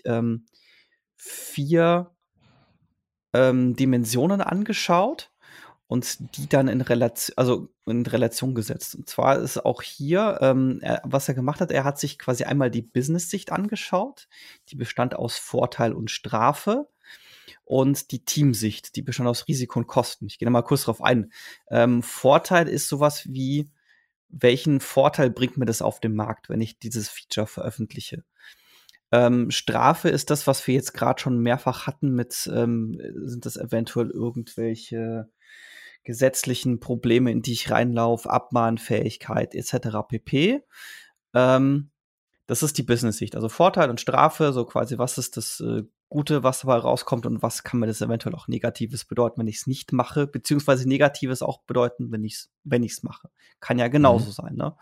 4 Dimensionen angeschaut und die dann in Relation gesetzt. Und zwar ist auch hier, was er gemacht hat, er hat sich quasi einmal die Business-Sicht angeschaut. Die bestand aus Vorteil und Strafe. Und die Teamsicht, die bestand aus Risiko und Kosten. Ich gehe da mal kurz drauf ein. Vorteil ist sowas wie, welchen Vorteil bringt mir das auf den Markt, wenn ich dieses Feature veröffentliche? Strafe ist das, was wir jetzt gerade schon mehrfach hatten sind das eventuell irgendwelche gesetzlichen Probleme, in die ich reinlaufe, Abmahnfähigkeit etc. pp. Das ist die Business-Sicht. Also Vorteil und Strafe, so quasi, was ist das Gute, was dabei rauskommt und was kann mir das eventuell auch Negatives bedeuten, wenn ich es nicht mache, beziehungsweise Negatives auch bedeuten, wenn ich's mache. Kann ja genauso sein, ne?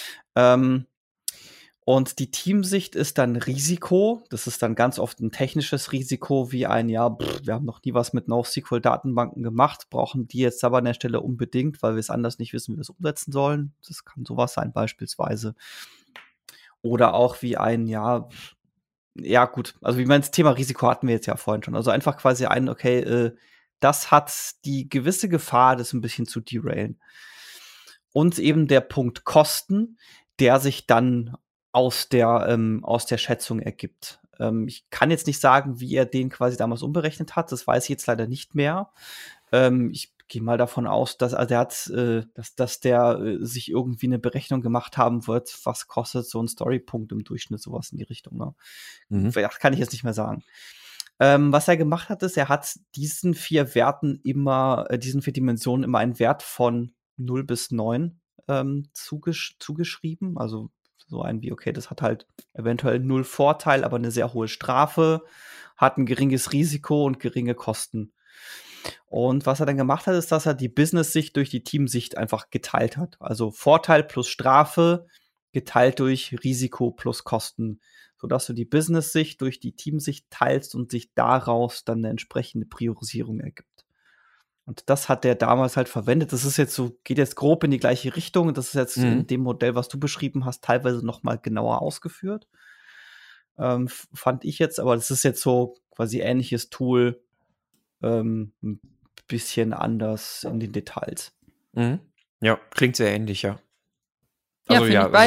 Und die Teamsicht ist dann Risiko. Das ist dann ganz oft ein technisches Risiko, wie wir haben noch nie was mit NoSQL-Datenbanken gemacht, brauchen die jetzt aber an der Stelle unbedingt, weil wir es anders nicht wissen, wie wir es umsetzen sollen. Das kann sowas sein beispielsweise. Oder auch wie gut, also wie man das Thema Risiko hatten wir jetzt ja vorhin schon. Also einfach quasi das hat die gewisse Gefahr, das ein bisschen zu derailen. und eben der Punkt Kosten, der sich dann aus der Schätzung ergibt. Ich kann jetzt nicht sagen, wie er den quasi damals umberechnet hat. Das weiß ich jetzt leider nicht mehr. Ich gehe mal davon aus, dass der sich irgendwie eine Berechnung gemacht haben wird, was kostet so ein Storypunkt im Durchschnitt, sowas in die Richtung. Ne? Das kann ich jetzt nicht mehr sagen. Was er gemacht hat, ist, er hat diesen 4 Dimensionen immer einen Wert von 0 bis 9 zugeschrieben. Also so ein wie, okay, das hat halt eventuell 0 Vorteil, aber eine sehr hohe Strafe, hat ein geringes Risiko und geringe Kosten. Und was er dann gemacht hat, ist, dass er die Business-Sicht durch die Teamsicht einfach geteilt hat. Also Vorteil plus Strafe geteilt durch Risiko plus Kosten, sodass du die Business-Sicht durch die Teamsicht teilst und sich daraus dann eine entsprechende Priorisierung ergibt. Und das hat der damals halt verwendet. Das ist jetzt so, geht jetzt grob in die gleiche Richtung. Das ist jetzt in dem Modell, was du beschrieben hast, teilweise noch mal genauer ausgeführt. Fand ich jetzt, aber das ist jetzt so quasi ähnliches Tool, ein bisschen anders in den Details. Ja, klingt sehr ähnlich, ja. Also,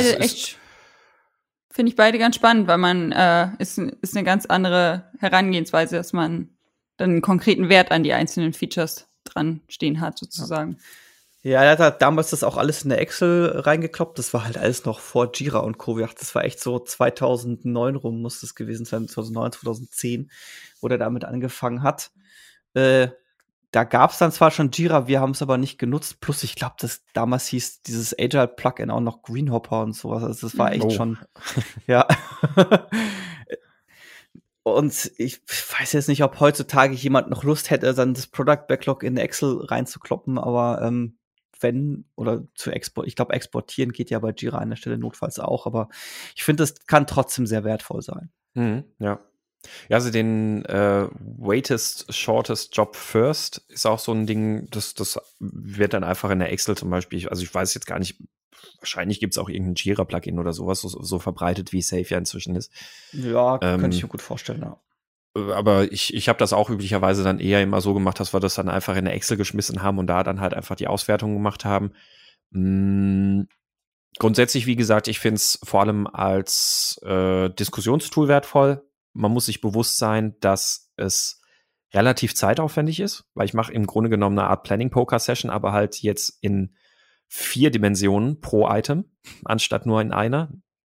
finde ich beide ganz spannend, weil man ist eine ganz andere Herangehensweise, dass man dann einen konkreten Wert an die einzelnen Features dran stehen hat, sozusagen. Ja, er hat damals das auch alles in der Excel reingekloppt. Das war halt alles noch vor Jira und Co. Das war echt so 2009 rum, muss das gewesen sein, 2009, 2010, wo der damit angefangen hat. Da gab es dann zwar schon Jira, wir haben es aber nicht genutzt. Plus, ich glaube, das damals hieß dieses Agile-Plugin auch noch Greenhopper und sowas. Also das war echt schon, ja. Und ich weiß jetzt nicht, ob heutzutage jemand noch Lust hätte, dann das Product Backlog in Excel reinzukloppen, aber ich glaube, exportieren geht ja bei Jira an der Stelle notfalls auch, aber ich finde, das kann trotzdem sehr wertvoll sein. Ja. Ja, also den Weightest, Shortest Job First ist auch so ein Ding, das wird dann einfach in der Excel zum Beispiel, also ich weiß jetzt gar nicht, wahrscheinlich gibt es auch irgendein Jira-Plugin oder sowas, so verbreitet wie Safe ja inzwischen ist. Ja, könnte ich mir gut vorstellen, ja. Aber ich habe das auch üblicherweise dann eher immer so gemacht, dass wir das dann einfach in der Excel geschmissen haben und da dann halt einfach die Auswertung gemacht haben. Grundsätzlich, wie gesagt, ich finde es vor allem als Diskussionstool wertvoll. Man muss sich bewusst sein, dass es relativ zeitaufwendig ist, weil ich mache im Grunde genommen eine Art Planning-Poker-Session, aber halt jetzt in 4 Dimensionen pro Item, anstatt nur in einer.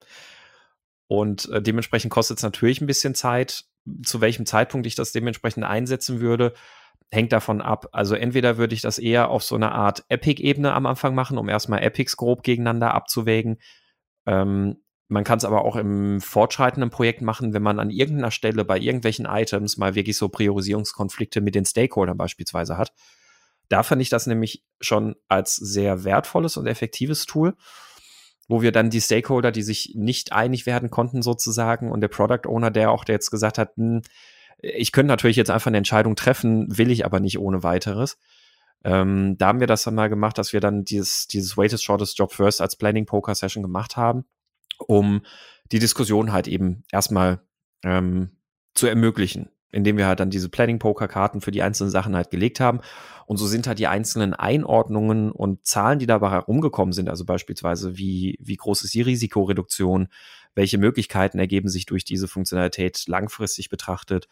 Und dementsprechend kostet es natürlich ein bisschen Zeit. Zu welchem Zeitpunkt ich das dementsprechend einsetzen würde, hängt davon ab. Also entweder würde ich das eher auf so einer Art Epic-Ebene am Anfang machen, um erstmal Epics grob gegeneinander abzuwägen. Man kann es aber auch im fortschreitenden Projekt machen, wenn man an irgendeiner Stelle bei irgendwelchen Items mal wirklich so Priorisierungskonflikte mit den Stakeholdern beispielsweise hat. Da fand ich das nämlich schon als sehr wertvolles und effektives Tool, wo wir dann die Stakeholder, die sich nicht einig werden konnten sozusagen und der Product Owner, der jetzt gesagt hat, ich könnte natürlich jetzt einfach eine Entscheidung treffen, will ich aber nicht ohne weiteres. Da haben wir das dann mal gemacht, dass wir dann dieses Weightest, Shortest Job First als Planning-Poker-Session gemacht haben, um die Diskussion halt eben erstmal zu ermöglichen, indem wir halt dann diese Planning-Poker-Karten für die einzelnen Sachen halt gelegt haben. Und so sind halt die einzelnen Einordnungen und Zahlen, die dabei herumgekommen sind, also beispielsweise wie groß ist die Risikoreduktion, welche Möglichkeiten ergeben sich durch diese Funktionalität langfristig betrachtet.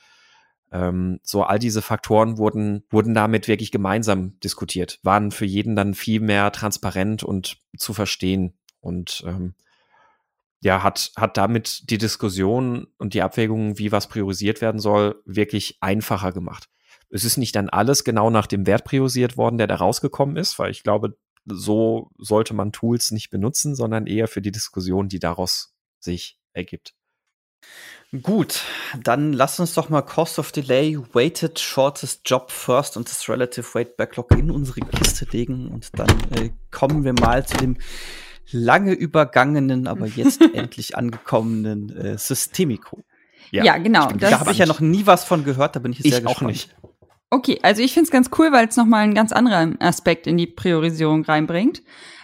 So all diese Faktoren wurden damit wirklich gemeinsam diskutiert, waren für jeden dann viel mehr transparent und zu verstehen und hat damit die Diskussion und die Abwägungen, wie was priorisiert werden soll, wirklich einfacher gemacht. Es ist nicht dann alles genau nach dem Wert priorisiert worden, der da rausgekommen ist, weil ich glaube, so sollte man Tools nicht benutzen, sondern eher für die Diskussion, die daraus sich ergibt. Gut, dann lass uns doch mal Cost of Delay, Weighted Shortest Job First und das Relative Weight Backlog in unsere Kiste legen und dann kommen wir mal zu dem lange übergangenen, aber jetzt endlich angekommenen Systemico. Ja, genau. Da habe ich ja noch nie was von gehört, da bin ich jetzt sehr gespannt. Auch nicht. Okay, also ich finde es ganz cool, weil es nochmal einen ganz anderen Aspekt in die Priorisierung reinbringt.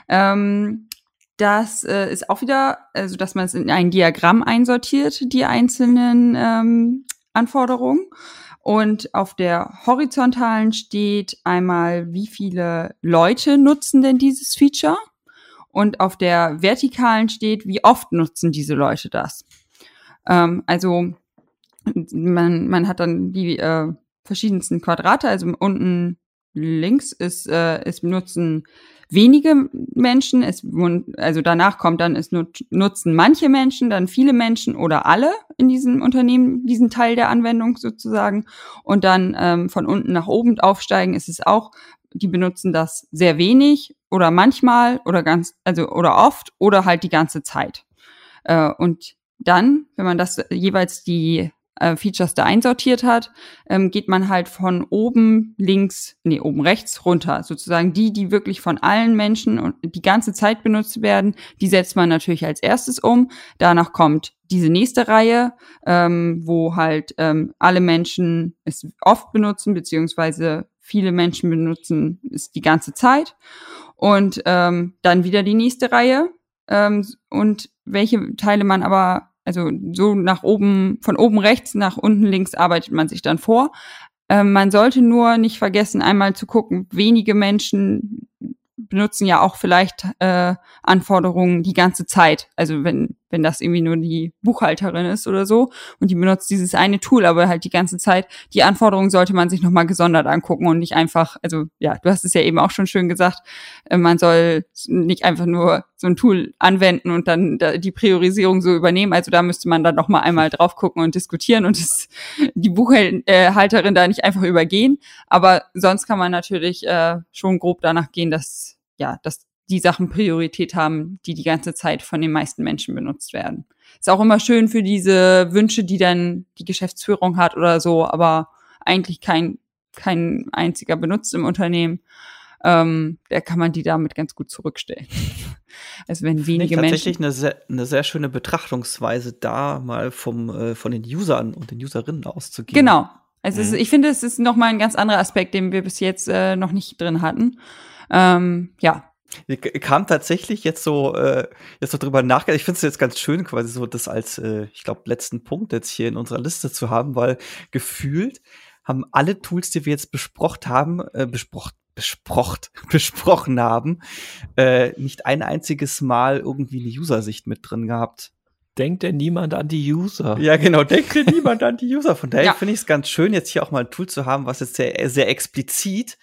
Das ist auch wieder, also dass man es in ein Diagramm einsortiert, die einzelnen Anforderungen. Und auf der horizontalen steht einmal, wie viele Leute nutzen denn dieses Feature? und auf der vertikalen steht, wie oft nutzen diese Leute das. Also man hat dann die verschiedensten Quadrate, also unten links ist nutzen wenige Menschen, also danach kommt dann, es nutzen manche Menschen, dann viele Menschen oder alle in diesem Unternehmen diesen Teil der Anwendung sozusagen und dann von unten nach oben aufsteigen ist es auch, die benutzen das sehr wenig oder manchmal oder oder oft oder halt die ganze Zeit. Und dann, wenn man das jeweils die Features da einsortiert hat, geht man halt von oben rechts runter. Sozusagen die wirklich von allen Menschen und die ganze Zeit benutzt werden, die setzt man natürlich als erstes um. Danach kommt diese nächste Reihe, wo halt alle Menschen es oft benutzen, beziehungsweise viele Menschen benutzen es die ganze Zeit. Und dann wieder die nächste Reihe. Und welche Teile man aber also so nach oben, von oben rechts nach unten links arbeitet man sich dann vor. Man sollte nur nicht vergessen, einmal zu gucken, wenige Menschen benutzen ja auch vielleicht Anforderungen die ganze Zeit. Also wenn das irgendwie nur die Buchhalterin ist oder so und die benutzt dieses eine Tool, aber halt die ganze Zeit, die Anforderungen sollte man sich nochmal gesondert angucken und nicht einfach, also ja, du hast es ja eben auch schon schön gesagt, man soll nicht einfach nur so ein Tool anwenden und dann die Priorisierung so übernehmen. Also da müsste man dann nochmal einmal drauf gucken und diskutieren und die Buchhalterin da nicht einfach übergehen. Aber sonst kann man natürlich schon grob danach gehen, dass die Sachen Priorität haben, die ganze Zeit von den meisten Menschen benutzt werden. Ist auch immer schön für diese Wünsche, die dann die Geschäftsführung hat oder so, aber eigentlich kein einziger benutzt im Unternehmen. Der kann man die damit ganz gut zurückstellen. Also wenn wenige Menschen. Tatsächlich eine sehr schöne Betrachtungsweise, da mal von den Usern und den Userinnen auszugehen. Genau. Also ich finde, es ist nochmal ein ganz anderer Aspekt, den wir bis jetzt noch nicht drin hatten. Kam tatsächlich jetzt so drüber nachgedacht. Ich finde es jetzt ganz schön, quasi so das als, ich glaube, letzten Punkt jetzt hier in unserer Liste zu haben, weil gefühlt haben alle Tools, die wir jetzt besprochen haben, nicht ein einziges Mal irgendwie eine User-Sicht mit drin gehabt. Denkt denn niemand an die User? Ja, genau, denkt denn niemand an die User. Von daher finde ich es ganz schön, jetzt hier auch mal ein Tool zu haben, was jetzt sehr, sehr explizit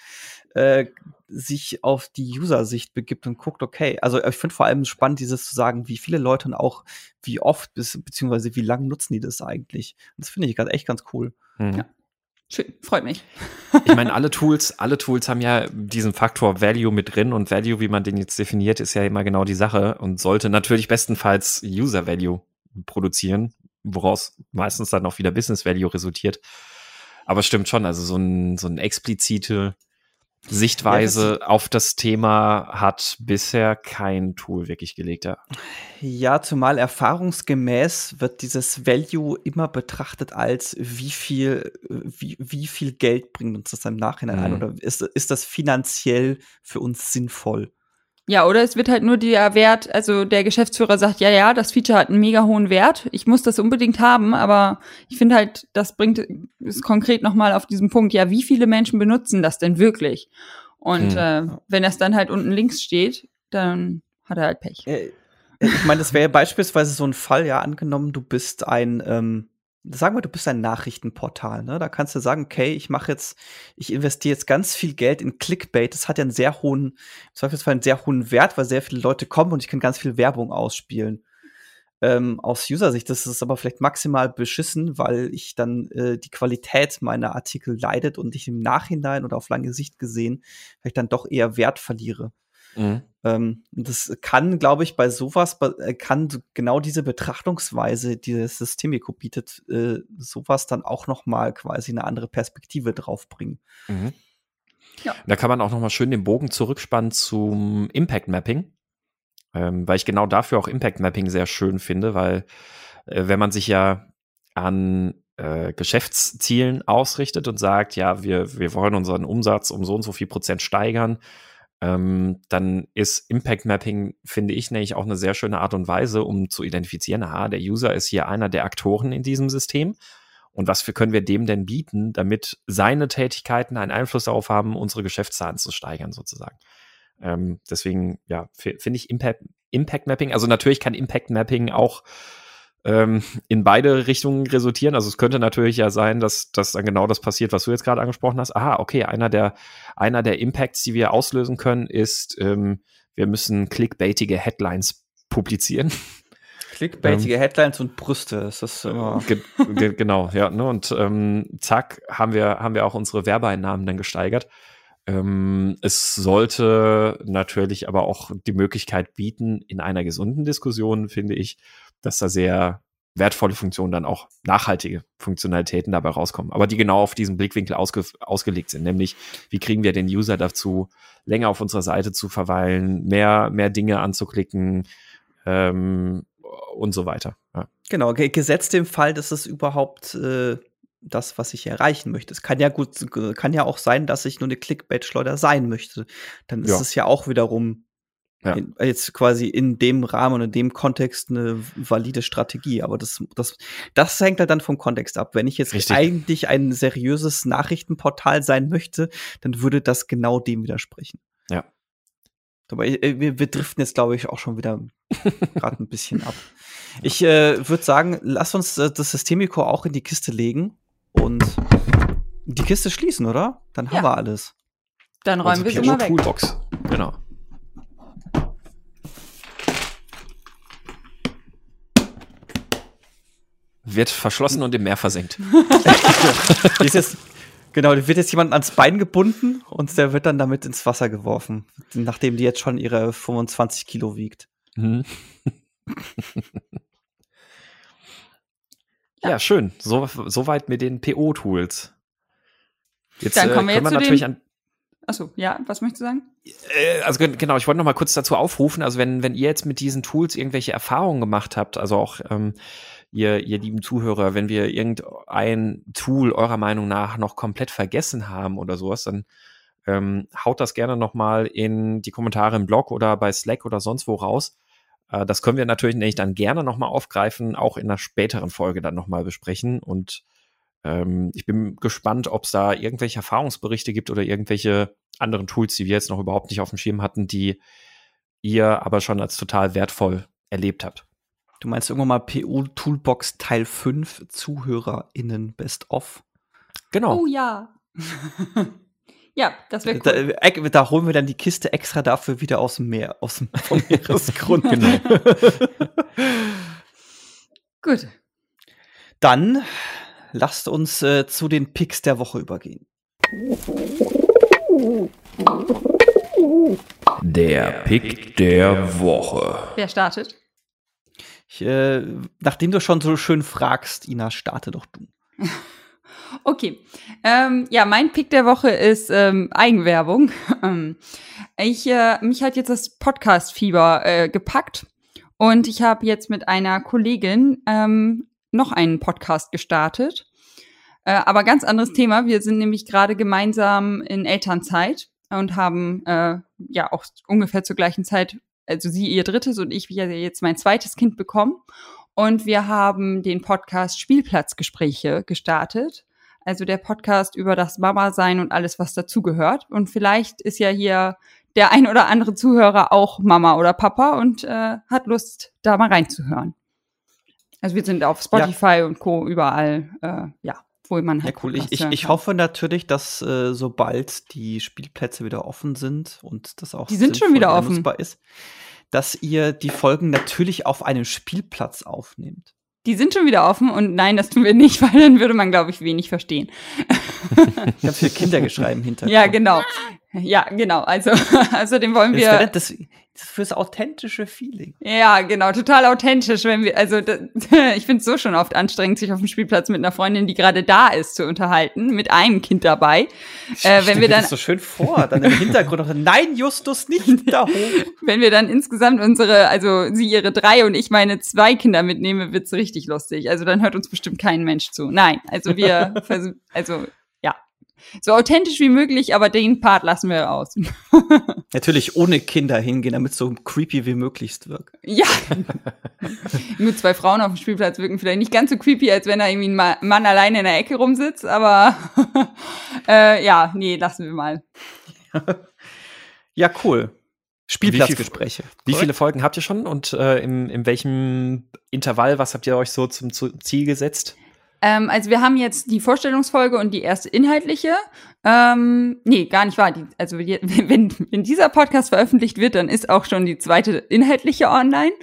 sich auf die User-Sicht begibt und guckt, okay, also ich finde vor allem spannend, dieses zu sagen, wie viele Leute und auch wie oft beziehungsweise wie lange nutzen die das eigentlich. Und das finde ich echt ganz cool. Ja. Schön, freut mich. Ich meine, alle Tools haben ja diesen Faktor Value mit drin und Value, wie man den jetzt definiert, ist ja immer genau die Sache und sollte natürlich bestenfalls User Value produzieren, woraus meistens dann auch wieder Business Value resultiert. Aber stimmt schon, also so ein explizite Sichtweise auf das Thema hat bisher kein Tool wirklich gelegt, ja. Ja, zumal erfahrungsgemäß wird dieses Value immer betrachtet als wie viel Geld bringt uns das im Nachhinein ein oder ist das finanziell für uns sinnvoll? Ja, oder es wird halt nur der Wert, also der Geschäftsführer sagt, ja, das Feature hat einen mega hohen Wert, ich muss das unbedingt haben, aber ich finde halt, das bringt es konkret nochmal auf diesen Punkt, ja, wie viele Menschen benutzen das denn wirklich? Und wenn das dann halt unten links steht, dann hat er halt Pech. Ich meine, das wäre beispielsweise so ein Fall, ja, angenommen, du bist sagen wir, du bist ein Nachrichtenportal, ne? Da kannst du sagen, okay, ich investiere jetzt ganz viel Geld in Clickbait. Das hat ja im Zweifelsfall einen sehr hohen Wert, weil sehr viele Leute kommen und ich kann ganz viel Werbung ausspielen. Aus User-Sicht, das ist aber vielleicht maximal beschissen, weil ich dann die Qualität meiner Artikel leidet und ich im Nachhinein oder auf lange Sicht gesehen vielleicht dann doch eher Wert verliere. Das kann, glaube ich, bei sowas, kann genau diese Betrachtungsweise, die das System hier bietet, sowas dann auch noch mal quasi eine andere Perspektive draufbringen. Ja. Da kann man auch noch mal schön den Bogen zurückspannen zum Impact Mapping, weil ich genau dafür auch Impact Mapping sehr schön finde, weil wenn man sich ja an Geschäftszielen ausrichtet und sagt, ja, wir wollen unseren Umsatz um so und so viel Prozent steigern, dann ist Impact Mapping, finde ich, nämlich auch eine sehr schöne Art und Weise, um zu identifizieren, der User ist hier einer der Aktoren in diesem System und was können wir dem denn bieten, damit seine Tätigkeiten einen Einfluss darauf haben, unsere Geschäftszahlen zu steigern sozusagen. Deswegen, ja, finde ich Impact Mapping, also natürlich kann Impact Mapping auch in beide Richtungen resultieren. Also es könnte natürlich ja sein, dass dann genau das passiert, was du jetzt gerade angesprochen hast. Aha, okay, einer der Impacts, die wir auslösen können, ist, wir müssen clickbaitige Headlines publizieren. Clickbaitige Headlines und Brüste, ist das immer. Genau, ja, ne? Und zack, haben wir auch unsere Werbeeinnahmen dann gesteigert. Es sollte natürlich aber auch die Möglichkeit bieten, in einer gesunden Diskussion, finde ich, dass da sehr wertvolle Funktionen, dann auch nachhaltige Funktionalitäten dabei rauskommen, aber die genau auf diesen Blickwinkel ausgelegt sind, nämlich wie kriegen wir den User dazu, länger auf unserer Seite zu verweilen, mehr Dinge anzuklicken und so weiter. Ja. Genau, gesetzt dem Fall, dass es überhaupt das, was ich erreichen möchte. Es kann ja auch sein, dass ich nur eine Clickbait-Schleuder sein möchte. Dann ist es ja auch wiederum jetzt quasi in dem Rahmen und in dem Kontext eine valide Strategie. Aber das hängt halt dann vom Kontext ab. Wenn ich jetzt eigentlich ein seriöses Nachrichtenportal sein möchte, dann würde das genau dem widersprechen. Ja. Aber wir driften jetzt, glaube ich, auch schon wieder gerade ein bisschen ab. Ich würde sagen, lass uns das Systemico auch in die Kiste legen und die Kiste schließen, oder? Dann haben wir alles. Dann räumen wir sie mal weg. Toolbox. Genau. Wird verschlossen und im Meer versenkt. Die wird jetzt jemand ans Bein gebunden und der wird dann damit ins Wasser geworfen, nachdem die jetzt schon ihre 25 Kilo wiegt. Mhm. Ja, schön. Soweit mit den PO-Tools. Jetzt dann kommen wir jetzt zu den Achso, ja, was möchtest du sagen? Also genau, ich wollte noch mal kurz dazu aufrufen, also wenn ihr jetzt mit diesen Tools irgendwelche Erfahrungen gemacht habt, also auch ihr lieben Zuhörer, wenn wir irgendein Tool eurer Meinung nach noch komplett vergessen haben oder sowas, dann haut das gerne noch mal in die Kommentare im Blog oder bei Slack oder sonst wo raus. Das können wir natürlich dann gerne noch mal aufgreifen, auch in einer späteren Folge dann noch mal besprechen. Und ich bin gespannt, ob es da irgendwelche Erfahrungsberichte gibt oder irgendwelche anderen Tools, die wir jetzt noch überhaupt nicht auf dem Schirm hatten, die ihr aber schon als total wertvoll erlebt habt. Du meinst irgendwann mal PO Toolbox Teil 5 ZuhörerInnen Best of? Genau. Oh ja. Ja, das wäre cool. Da holen wir dann die Kiste extra dafür wieder aus dem Meer, vom Meeresgrund. Genau. Gut. Dann lasst uns zu den Picks der Woche übergehen. Der Pick der Woche. Wer startet? Nachdem du schon so schön fragst, Ina, starte doch du. Okay. Ja, mein Pick der Woche ist Eigenwerbung. Mich hat jetzt das Podcast-Fieber gepackt und ich habe jetzt mit einer Kollegin noch einen Podcast gestartet. Aber ganz anderes Thema. Wir sind nämlich gerade gemeinsam in Elternzeit und haben auch ungefähr zur gleichen Zeit, also sie ihr drittes und ich jetzt mein zweites Kind bekommen. Und wir haben den Podcast Spielplatzgespräche gestartet. Also der Podcast über das Mama-Sein und alles, was dazugehört. Und vielleicht ist ja hier der ein oder andere Zuhörer auch Mama oder Papa und hat Lust, da mal reinzuhören. Also wir sind auf Spotify und Co. überall, wo man halt. Ja, cool. Ich hoffe natürlich, dass sobald die Spielplätze wieder offen sind und das auch die sind schon wieder offen ist, dass ihr die Folgen natürlich auf einem Spielplatz aufnehmt. Die sind schon wieder offen und nein, das tun wir nicht, weil dann würde man, glaube ich, wenig verstehen. Ganz viel Kindergeschrei im Hintergrund. Ja, genau. Ja, genau. Also außerdem wollen wir. Das fürs authentische Feeling. Ja, genau, total authentisch, wenn wir, ich finde es so schon oft anstrengend, sich auf dem Spielplatz mit einer Freundin, die gerade da ist, zu unterhalten, mit einem Kind dabei. Wenn wir dann das so schön vor, dann im Hintergrund noch, nein, Justus, nicht da hoch. Wenn wir dann insgesamt sie ihre 3 und ich meine 2 Kinder mitnehme, wird's richtig lustig. Also dann hört uns bestimmt kein Mensch zu. Nein, also wir versuchen, so authentisch wie möglich, aber den Part lassen wir aus. Natürlich ohne Kinder hingehen, damit es so creepy wie möglichst wirkt. Ja. Nur 2 Frauen auf dem Spielplatz wirken vielleicht nicht ganz so creepy, als wenn da irgendwie ein Mann alleine in der Ecke rumsitzt, aber lassen wir mal. Ja, cool. Spielplatzgespräche. Wie viele Folgen habt ihr schon und in welchem Intervall, was habt ihr euch so zum Ziel gesetzt? Also wir haben jetzt die Vorstellungsfolge und die erste inhaltliche. Nee, gar nicht wahr. Wenn dieser Podcast veröffentlicht wird, dann ist auch schon die zweite inhaltliche online.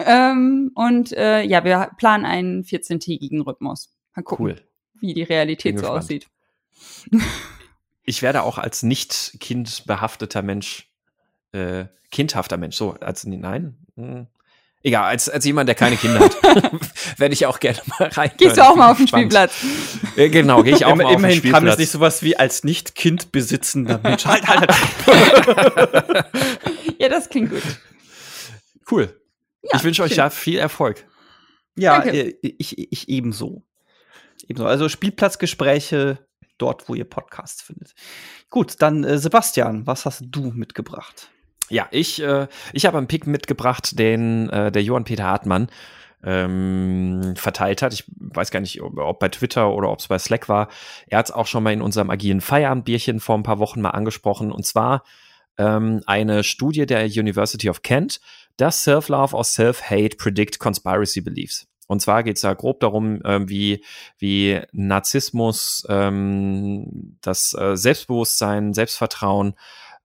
Wir planen einen 14-tägigen Rhythmus. Mal gucken, wie die Realität so aussieht. Ich werde auch als nicht kindbehafteter Mensch, kindhafter Mensch, egal, als jemand, der keine Kinder hat, werde ich auch gerne mal rein. Gehst du auch mal auf den Spielplatz? Genau, gehe ich auch mal auf den Spielplatz. Immerhin kam es nicht sowas wie als nicht Kind besitzender Mensch. Halt. Ja, das klingt gut. Cool. Ja, ich wünsche euch ja viel Erfolg. Ja, ich ebenso. Also Spielplatzgespräche dort, wo ihr Podcasts findet. Gut, dann Sebastian, was hast du mitgebracht? Ja, ich habe einen Pick mitgebracht, den der Johann-Peter Hartmann verteilt hat. Ich weiß gar nicht, ob bei Twitter oder ob es bei Slack war. Er hat es auch schon mal in unserem agilen Feierabendbierchen vor ein paar Wochen mal angesprochen. Und zwar eine Studie der University of Kent, Does Self-Love or Self-Hate Predict Conspiracy Beliefs? Und zwar geht es da grob darum, wie Narzissmus, das Selbstbewusstsein, Selbstvertrauen,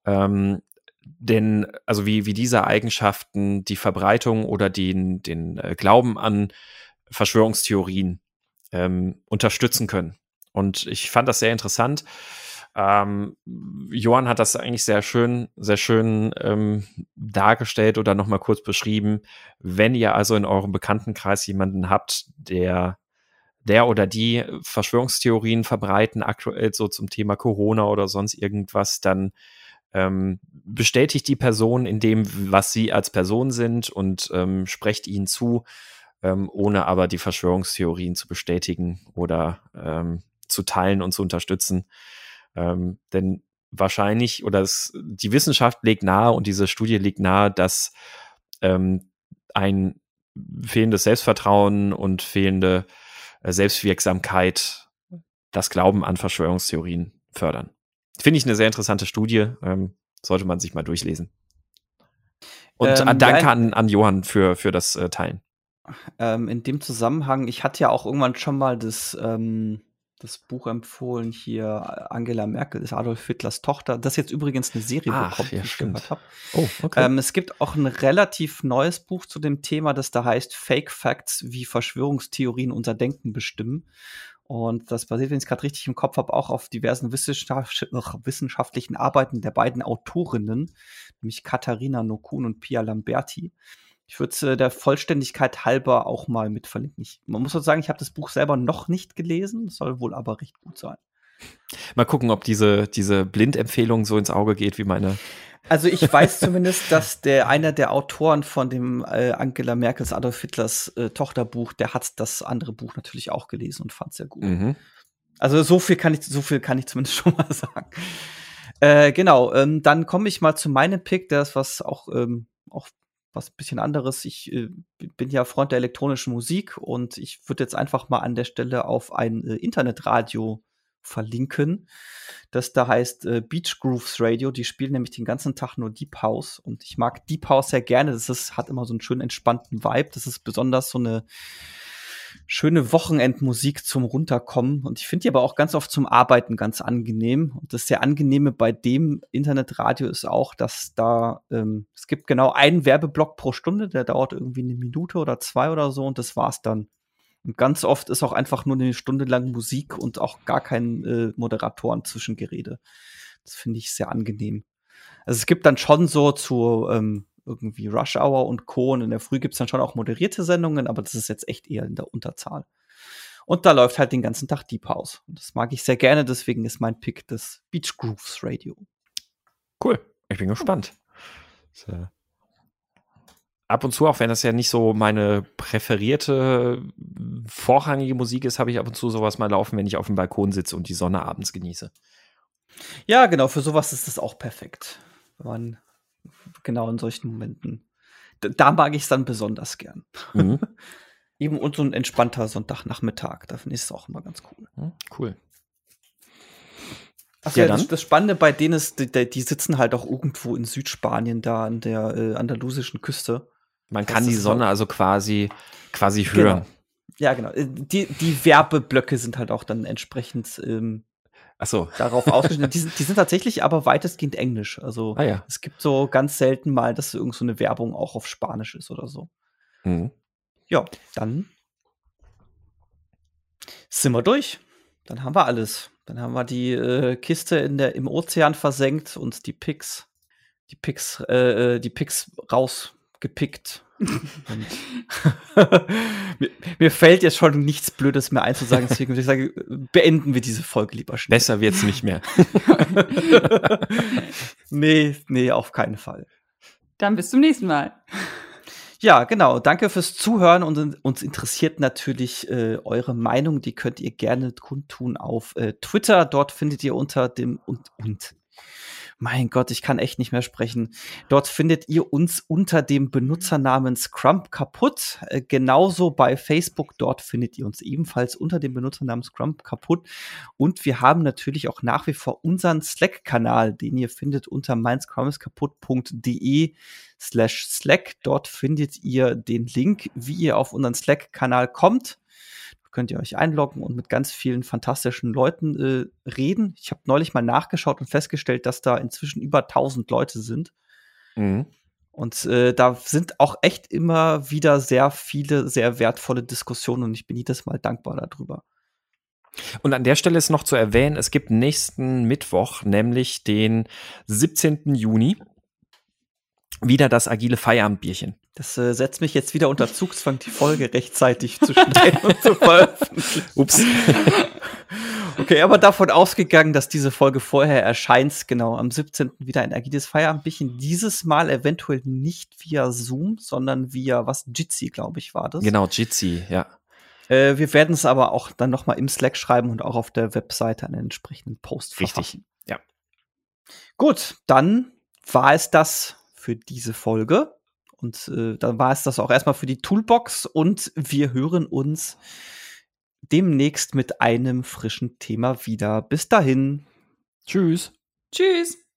wie diese Eigenschaften die Verbreitung oder den Glauben an Verschwörungstheorien unterstützen können. Und ich fand das sehr interessant. Johann hat das eigentlich sehr schön dargestellt oder nochmal kurz beschrieben. Wenn ihr also in eurem Bekanntenkreis jemanden habt, der oder die Verschwörungstheorien verbreiten, aktuell so zum Thema Corona oder sonst irgendwas, dann bestätigt die Person in dem, was sie als Person sind und sprecht ihnen zu, ohne aber die Verschwörungstheorien zu bestätigen oder zu teilen und zu unterstützen. Denn wahrscheinlich, die Wissenschaft legt nahe und diese Studie legt nahe, dass ein fehlendes Selbstvertrauen und fehlende Selbstwirksamkeit das Glauben an Verschwörungstheorien fördern. Finde ich eine sehr interessante Studie, sollte man sich mal durchlesen. Und danke an Johann für das Teilen. In dem Zusammenhang, ich hatte ja auch irgendwann schon mal das Buch empfohlen hier, Angela Merkel ist Adolf Hitlers Tochter. Das ist jetzt übrigens eine Serie bekommen, die ich gehört habe. Oh, okay. Es gibt auch ein relativ neues Buch zu dem Thema, das da heißt Fake Facts, wie Verschwörungstheorien unser Denken bestimmen. Und das basiert, wenn ich es gerade richtig im Kopf habe, auch auf diversen wissenschaftlichen Arbeiten der beiden Autorinnen, nämlich Katharina Nokun und Pia Lamberti. Ich würde es der Vollständigkeit halber auch mal mit verlinken. Man muss sagen, ich habe das Buch selber noch nicht gelesen, soll wohl aber recht gut sein. Mal gucken, ob diese Blindempfehlung so ins Auge geht wie meine. Also ich weiß zumindest, dass einer der Autoren von dem Angela Merkels Adolf Hitlers Tochterbuch, der hat das andere Buch natürlich auch gelesen und fand es sehr gut. Mhm. Also so viel kann ich zumindest schon mal sagen. Dann komme ich mal zu meinem Pick, der ist was auch was ein bisschen anderes. Ich bin ja Freund der elektronischen Musik und ich würde jetzt einfach mal an der Stelle auf ein Internetradio verlinken. Das da heißt Beach Grooves Radio. Die spielen nämlich den ganzen Tag nur Deep House und ich mag Deep House sehr gerne. Hat immer so einen schönen entspannten Vibe. Das ist besonders so eine schöne Wochenendmusik zum Runterkommen und ich finde die aber auch ganz oft zum Arbeiten ganz angenehm. Und das sehr Angenehme bei dem Internetradio ist auch, dass da es gibt genau einen Werbeblock pro Stunde, der dauert irgendwie 1 Minute oder 2 oder so und das war's dann. Und ganz oft ist auch einfach nur 1 Stunde lang Musik und auch gar kein Moderatoren Zwischengerede. Das finde ich sehr angenehm. Also es gibt dann schon so zu irgendwie Rush Hour und Co. Und in der Früh gibt es dann schon auch moderierte Sendungen, aber das ist jetzt echt eher in der Unterzahl. Und da läuft halt den ganzen Tag Deep House. Und das mag ich sehr gerne, deswegen ist mein Pick das Beach Grooves Radio. Cool, ich bin gespannt. So. Ab und zu, auch wenn das ja nicht so meine präferierte, vorrangige Musik ist, habe ich ab und zu sowas mal laufen, wenn ich auf dem Balkon sitze und die Sonne abends genieße. Ja, genau, für sowas ist das auch perfekt. Wenn man genau in solchen Momenten. Da mag ich es dann besonders gern. Mhm. Eben und so ein entspannter Sonntagnachmittag. Da finde ich es auch immer ganz cool. Cool. Achso, ja, das Spannende bei denen ist, die sitzen halt auch irgendwo in Südspanien, da an der andalusischen Küste. Man kann die Sonne also quasi hören. Genau. Ja, genau. Die Werbeblöcke sind halt auch dann entsprechend darauf ausgeschnitten. Die sind tatsächlich aber weitestgehend Englisch. Also es gibt so ganz selten mal, dass irgend so eine Werbung auch auf Spanisch ist oder so. Mhm. Ja, dann sind wir durch. Dann haben wir alles. Dann haben wir die Kiste im Ozean versenkt und die Picks rausgepickt. mir fällt jetzt schon nichts Blödes mehr einzusagen, deswegen würde ich sagen, beenden wir diese Folge lieber schnell. Besser wird's nicht mehr. Nee, auf keinen Fall. Dann bis zum nächsten Mal. Ja, genau. Danke fürs Zuhören und uns interessiert natürlich eure Meinung. Die könnt ihr gerne kundtun auf Twitter. Dort findet ihr unter dem mein Gott, ich kann echt nicht mehr sprechen. Dort findet ihr uns unter dem Benutzernamen Scrum kaputt. Genauso bei Facebook. Dort findet ihr uns ebenfalls unter dem Benutzernamen Scrum kaputt. Und wir haben natürlich auch nach wie vor unseren Slack-Kanal, den ihr findet unter meinscrumiskaputt.de/Slack. Dort findet ihr den Link, wie ihr auf unseren Slack-Kanal kommt. Könnt ihr euch einloggen und mit ganz vielen fantastischen Leuten reden. Ich habe neulich mal nachgeschaut und festgestellt, dass da inzwischen über 1000 Leute sind. Mhm. Und da sind auch echt immer wieder sehr viele, sehr wertvolle Diskussionen und ich bin jedes Mal dankbar darüber. Und an der Stelle ist noch zu erwähnen, es gibt nächsten Mittwoch, nämlich den 17. Juni, wieder das agile Feierabendbierchen. Das setzt mich jetzt wieder unter Zugzwang, die Folge rechtzeitig zu schneiden und zu veröffentlichen. Ups. Okay, aber davon ausgegangen, dass diese Folge vorher erscheint, genau, am 17. wieder ein agiles Feierabendbierchen. Dieses Mal eventuell nicht via Zoom, sondern via Jitsi, glaube ich, war das. Genau, Jitsi, ja. Wir werden es aber auch dann noch mal im Slack schreiben und auch auf der Webseite einen entsprechenden Post verfassen. Richtig, ja. Gut, dann war es das für diese Folge. Und dann war es das auch erstmal für die Toolbox. Und wir hören uns demnächst mit einem frischen Thema wieder. Bis dahin. Tschüss. Tschüss.